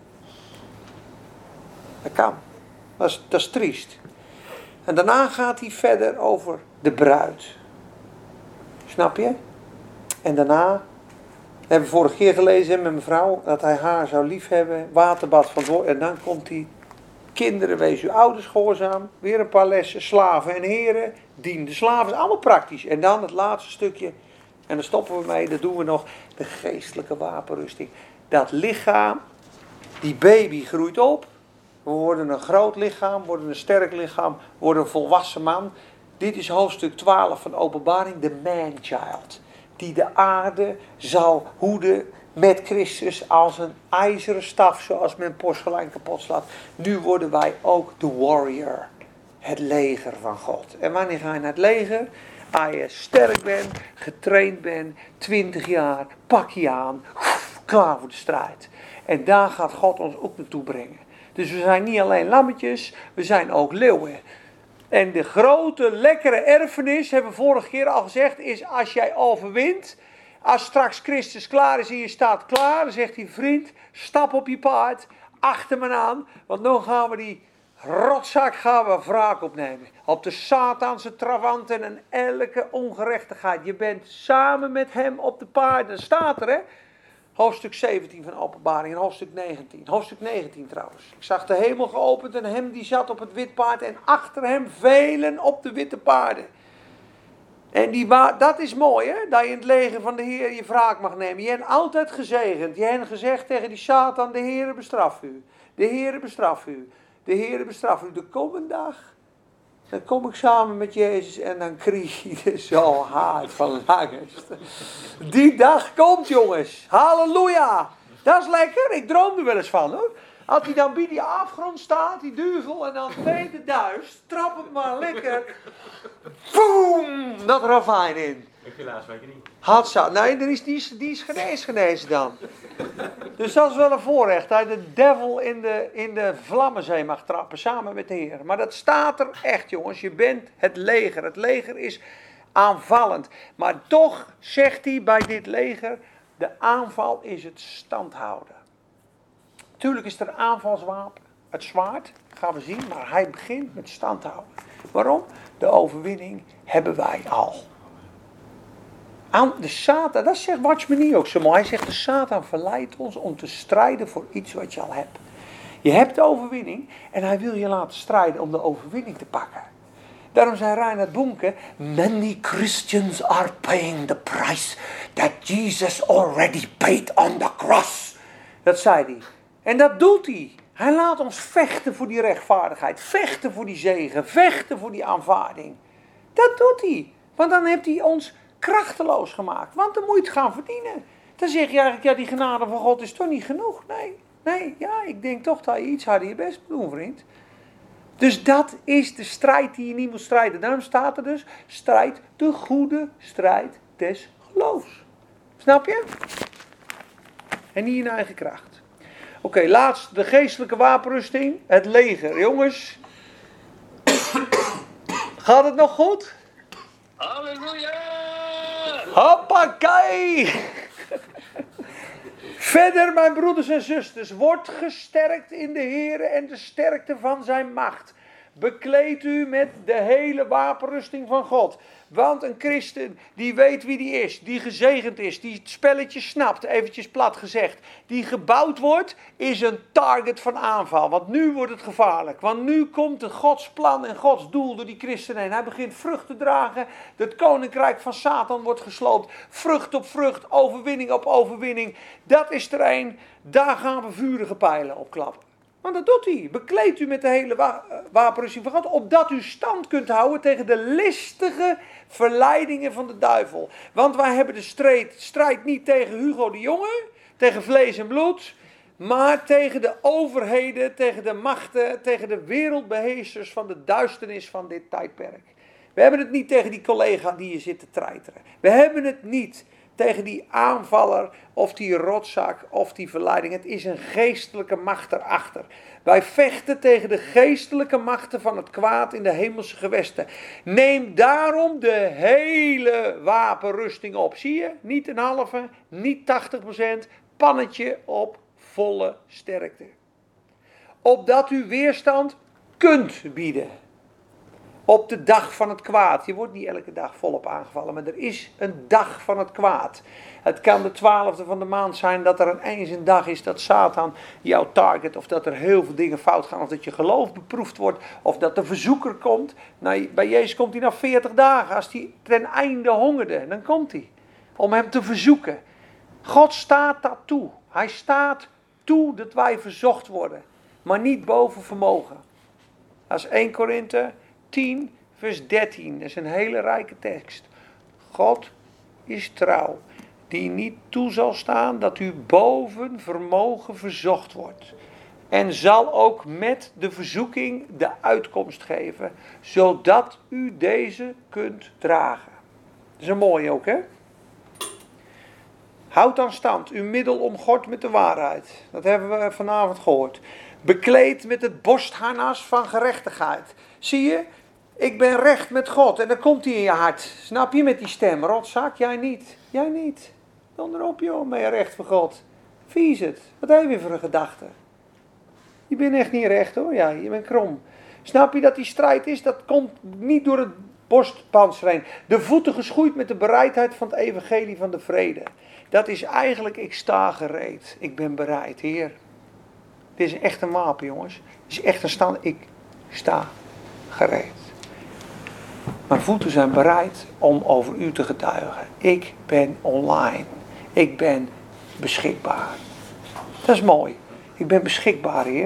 Dat kan. Dat is triest. En daarna gaat hij verder over de bruid. Snap je? En daarna hebben we vorige keer gelezen met mijn vrouw dat hij haar zou liefhebben, waterbad van het woord. En dan komt hij, kinderen, wees uw ouders gehoorzaam. Weer een paar lessen, slaven en heren, dien de slaven. Allemaal praktisch. En dan het laatste stukje, en daar stoppen we mee, dat doen we nog, de geestelijke wapenrusting. Dat lichaam, die baby groeit op. We worden een groot lichaam, worden een sterk lichaam, worden een volwassen man. Dit is hoofdstuk 12 van Openbaring, de man-child. Die de aarde zal hoeden met Christus als een ijzeren staf, zoals men porselein kapot slaat. Nu worden wij ook de warrior, het leger van God. En wanneer ga je naar het leger? Als je sterk bent, getraind bent, 20 jaar, pak je aan, klaar voor de strijd. En daar gaat God ons ook naartoe brengen. Dus we zijn niet alleen lammetjes, we zijn ook leeuwen. En de grote, lekkere erfenis, hebben we vorige keer al gezegd, is als jij overwint. Als straks Christus klaar is en je staat klaar, dan zegt hij, vriend, stap op je paard, achter me aan. Want dan gaan we die rotzak wraak opnemen. Op de Sataanse trawanten en elke ongerechtigheid. Je bent samen met hem op de paarden. Staat er, hè? Hoofdstuk 17 van Openbaring en hoofdstuk 19. Hoofdstuk 19 trouwens. Ik zag de hemel geopend en hem die zat op het wit paard en achter hem velen op de witte paarden. En dat is mooi, hè? Dat je in het leger van de Heer je wraak mag nemen. Je hebt altijd gezegend. Je hebt gezegd tegen die Satan, de Heere bestraf u. De Heere bestraf u. De Heere bestraf u. De komende dag, dan kom ik samen met Jezus en dan krieg je er zo hard van langst. Die dag komt, jongens. Halleluja. Dat is lekker. Ik droom er wel eens van, hoor. Als hij dan bij die afgrond staat, die duivel, en dan tweede duist, trap het maar lekker. Boom! Dat ravijn in. Ik vind laatst weken niet. Hatsa. Nee, die is genezen dan. Dus dat is wel een voorrecht. Dat je de devil in de vlammenzee mag trappen, samen met de Heer. Maar dat staat er echt, jongens. Je bent het leger. Het leger is aanvallend. Maar toch zegt hij bij dit leger, de aanval is het standhouden. Tuurlijk is er een aanvalswapen, het zwaard, gaan we zien, maar hij begint met standhouden. Waarom? De overwinning hebben wij al. De Satan, dat zegt Watchman ook zo mooi. Hij zegt, de Satan verleidt ons om te strijden voor iets wat je al hebt. Je hebt de overwinning en hij wil je laten strijden om de overwinning te pakken. Daarom zei Reinhard Bonke, many Christians are paying the price that Jesus already paid on the cross. Dat zei hij. En dat doet hij. Hij laat ons vechten voor die rechtvaardigheid. Vechten voor die zegen. Vechten voor die aanvaarding. Dat doet hij. Want dan heeft hij ons krachteloos gemaakt. Want dan moet je het gaan verdienen. Dan zeg je eigenlijk, ja, die genade van God is toch niet genoeg. Nee, ja, ik denk toch dat je iets harder je best moet doen, vriend. Dus dat is de strijd die je niet moet strijden. Daarom staat er dus, strijd de goede strijd des geloofs. Snap je? En niet in eigen kracht. Oké, laatst de geestelijke wapenrusting. Het leger. Jongens. Gaat het nog goed? Halleluja! Hoppakee! Verder, mijn broeders en zusters. Word gesterkt in de Heer en de sterkte van zijn macht. Bekleed u met de hele wapenrusting van God. Want een christen die weet wie die is, die gezegend is, die het spelletje snapt, eventjes plat gezegd, die gebouwd wordt, is een target van aanval. Want nu wordt het gevaarlijk. Want nu komt het Gods plan en Gods doel door die christen heen. Hij begint vrucht te dragen. Het koninkrijk van Satan wordt gesloopt. Vrucht op vrucht, overwinning op overwinning. Dat is er een. Daar gaan we vurige pijlen op klappen. Want dat doet hij. Bekleed u met de hele wapenrusting van God. Opdat u stand kunt houden tegen de listige verleidingen van de duivel. Want wij hebben de strijd niet tegen Hugo de Jonge. Tegen vlees en bloed. Maar tegen de overheden, tegen de machten, tegen de wereldbeheersers van de duisternis van dit tijdperk. We hebben het niet tegen die collega die je zit te treiteren. We hebben het niet tegen die aanvaller of die rotzak of die verleiding. Het is een geestelijke macht erachter. Wij vechten tegen de geestelijke machten van het kwaad in de hemelse gewesten. Neem daarom de hele wapenrusting op. Zie je? Niet een halve, niet 80%. Pannetje op volle sterkte. Opdat u weerstand kunt bieden. Op de dag van het kwaad. Je wordt niet elke dag volop aangevallen, maar er is een dag van het kwaad. Het kan de 12e van de maand zijn dat er eens een dag is dat Satan jouw target, of dat er heel veel dingen fout gaan, of dat je geloof beproefd wordt, of dat de verzoeker komt. Nou, bij Jezus komt hij na 40 dagen, als hij ten einde hongerde, dan komt hij. Om hem te verzoeken. God staat dat toe. Hij staat toe dat wij verzocht worden, maar niet boven vermogen. Dat is 1 Korinthe 10 vers 13. Dat is een hele rijke tekst. God is trouw, die niet toe zal staan dat u boven vermogen verzocht wordt. En zal ook met de verzoeking de uitkomst geven, zodat u deze kunt dragen. Dat is een mooie ook, hè? Houd aan stand, uw middel omgord met de waarheid. Dat hebben we vanavond gehoord. Bekleed met het borstharnas van gerechtigheid. Zie je? Ik ben recht met God. En dan komt hij in je hart. Snap je, met die stem. Rotzak, jij niet. Jij niet. Dan erop joh, ben je recht voor God. Vies het. Wat heb je weer voor een gedachte? Je bent echt niet recht hoor. Ja, je bent krom. Snap je dat die strijd is? Dat komt niet door het borstpanzer heen. De voeten geschoeid met de bereidheid van het evangelie van de vrede. Dat is eigenlijk, ik sta gereed. Ik ben bereid, Heer. Dit is echt een wapen, jongens. Dit is echt een stand. Ik sta gereed. Mijn voeten zijn bereid om over u te getuigen. Ik ben online. Ik ben beschikbaar. Dat is mooi. Ik ben beschikbaar, Heer.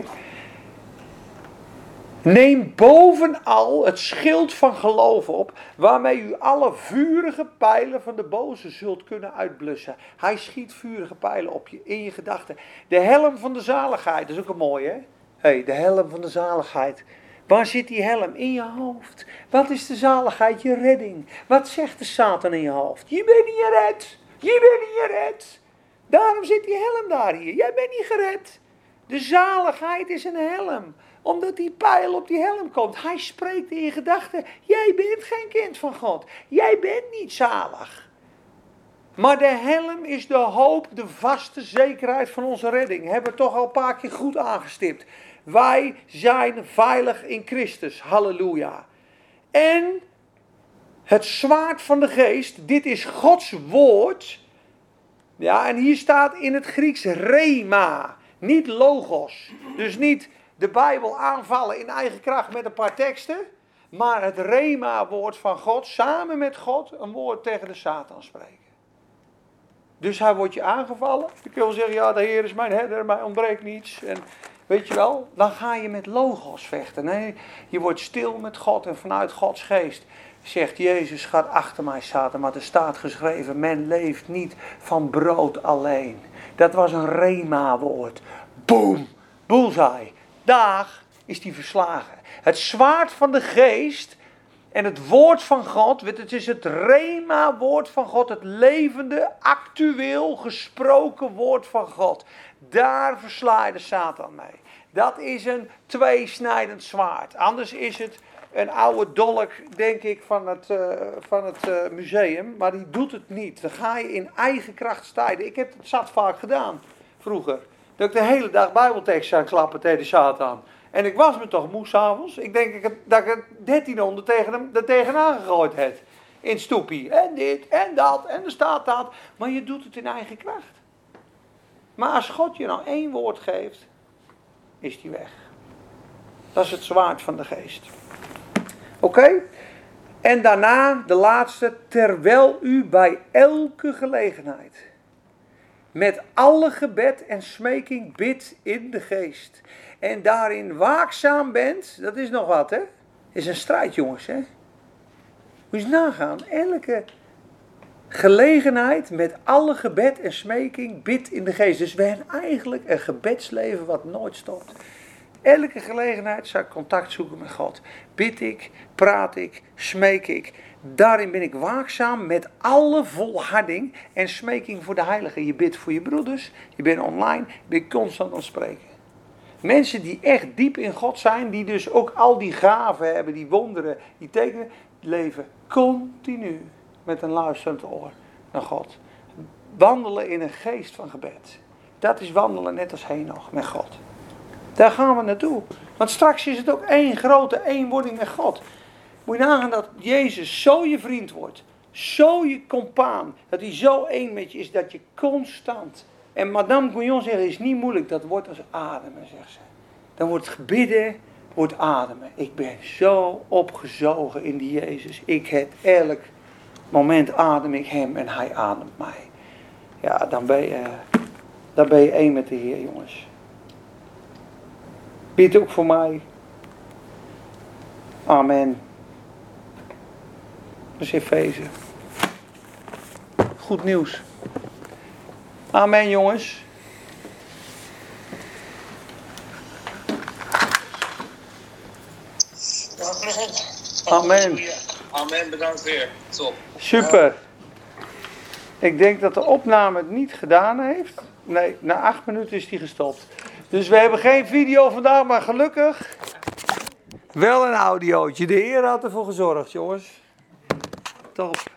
Neem bovenal het schild van geloof op, waarmee u alle vurige pijlen van de boze zult kunnen uitblussen. Hij schiet vurige pijlen op je, in je gedachten. De helm van de zaligheid, dat is ook een mooie, hè? De helm van de zaligheid. Waar zit die helm? In je hoofd. Wat is de zaligheid? Je redding. Wat zegt de Satan in je hoofd? Je bent niet gered. Je bent niet gered. Daarom zit die helm daar hier. Jij bent niet gered. De zaligheid is een helm. Omdat die pijl op die helm komt. Hij spreekt in je gedachten. Jij bent geen kind van God. Jij bent niet zalig. Maar de helm is de hoop, de vaste zekerheid van onze redding. Hebben we toch al een paar keer goed aangestipt. Wij zijn veilig in Christus. Halleluja. En het zwaard van de geest. Dit is Gods woord. Ja, en hier staat in het Grieks rema. Niet logos. Dus niet de Bijbel aanvallen in eigen kracht met een paar teksten. Maar het rema-woord van God. Samen met God een woord tegen de Satan spreken. Dus hij wordt je aangevallen. Je kunt wel zeggen, ja, de Heer is mijn herder, mij ontbreekt niets. En weet je wel, dan ga je met logos vechten. Nee, je wordt stil met God en vanuit Gods geest zegt Jezus, gaat achter mij Satan. Maar er staat geschreven, men leeft niet van brood alleen. Dat was een rema-woord. Boom, bullseye. Dag is die verslagen. Het zwaard van de geest en het woord van God, het is het rema-woord van God, het levende, actueel gesproken woord van God. Daar versla je de Satan mee. Dat is een tweesnijdend zwaard. Anders is het een oude dolk, denk ik, van het museum. Maar die doet het niet. Dan ga je in eigen kracht strijden. Ik heb het zat vaak gedaan, vroeger. Dat ik de hele dag bijbeltekst zou klappen tegen de Satan. En ik was me toch moe 's avonds. Ik denk dat ik het 1300 tegenaan gegooid heb. In stoepie. En dit, en dat, en er staat dat. Maar je doet het in eigen kracht. Maar als God je nou 1 woord geeft, is die weg. Dat is het zwaard van de geest. Oké? En daarna, de laatste, terwijl u bij elke gelegenheid met alle gebed en smeking bidt in de geest. En daarin waakzaam bent, dat is nog wat, hè? Is een strijd, jongens, hè? Moet je eens nagaan. Elke gelegenheid met alle gebed en smeking bidt in de geest. Dus we hebben eigenlijk een gebedsleven wat nooit stopt. Elke gelegenheid zou ik contact zoeken met God. Bid ik, praat ik, smeek ik. Daarin ben ik waakzaam met alle volharding en smeking voor de heiligen. Je bidt voor je broeders, je bent online, je bent constant aan het spreken. Mensen die echt diep in God zijn, die dus ook al die gaven hebben, die wonderen, die tekenen, leven continu met een luisterend oor naar God. Wandelen in een geest van gebed. Dat is wandelen net als Henoch met God. Daar gaan we naartoe. Want straks is het ook één grote eenwording met God. Moet je nagaan dat Jezus zo je vriend wordt. Zo je compaan. Dat hij zo één met je is dat je constant. En Madame Guyon zegt, het is niet moeilijk. Dat wordt als ademen, zegt ze. Dan wordt gebidden, wordt ademen. Ik ben zo opgezogen in die Jezus. Ik heb elk moment adem ik hem en hij ademt mij. Ja, dan ben je één met de Heer, jongens. Bid ook voor mij. Amen. Dat is Efeze. Goed nieuws. Amen, jongens. Amen. Amen, bedankt weer. Top. Super. Ik denk dat de opname het niet gedaan heeft. Nee, na 8 minuten is die gestopt. Dus we hebben geen video vandaag, maar gelukkig Wel een audiootje. De heer had ervoor gezorgd, jongens. Top.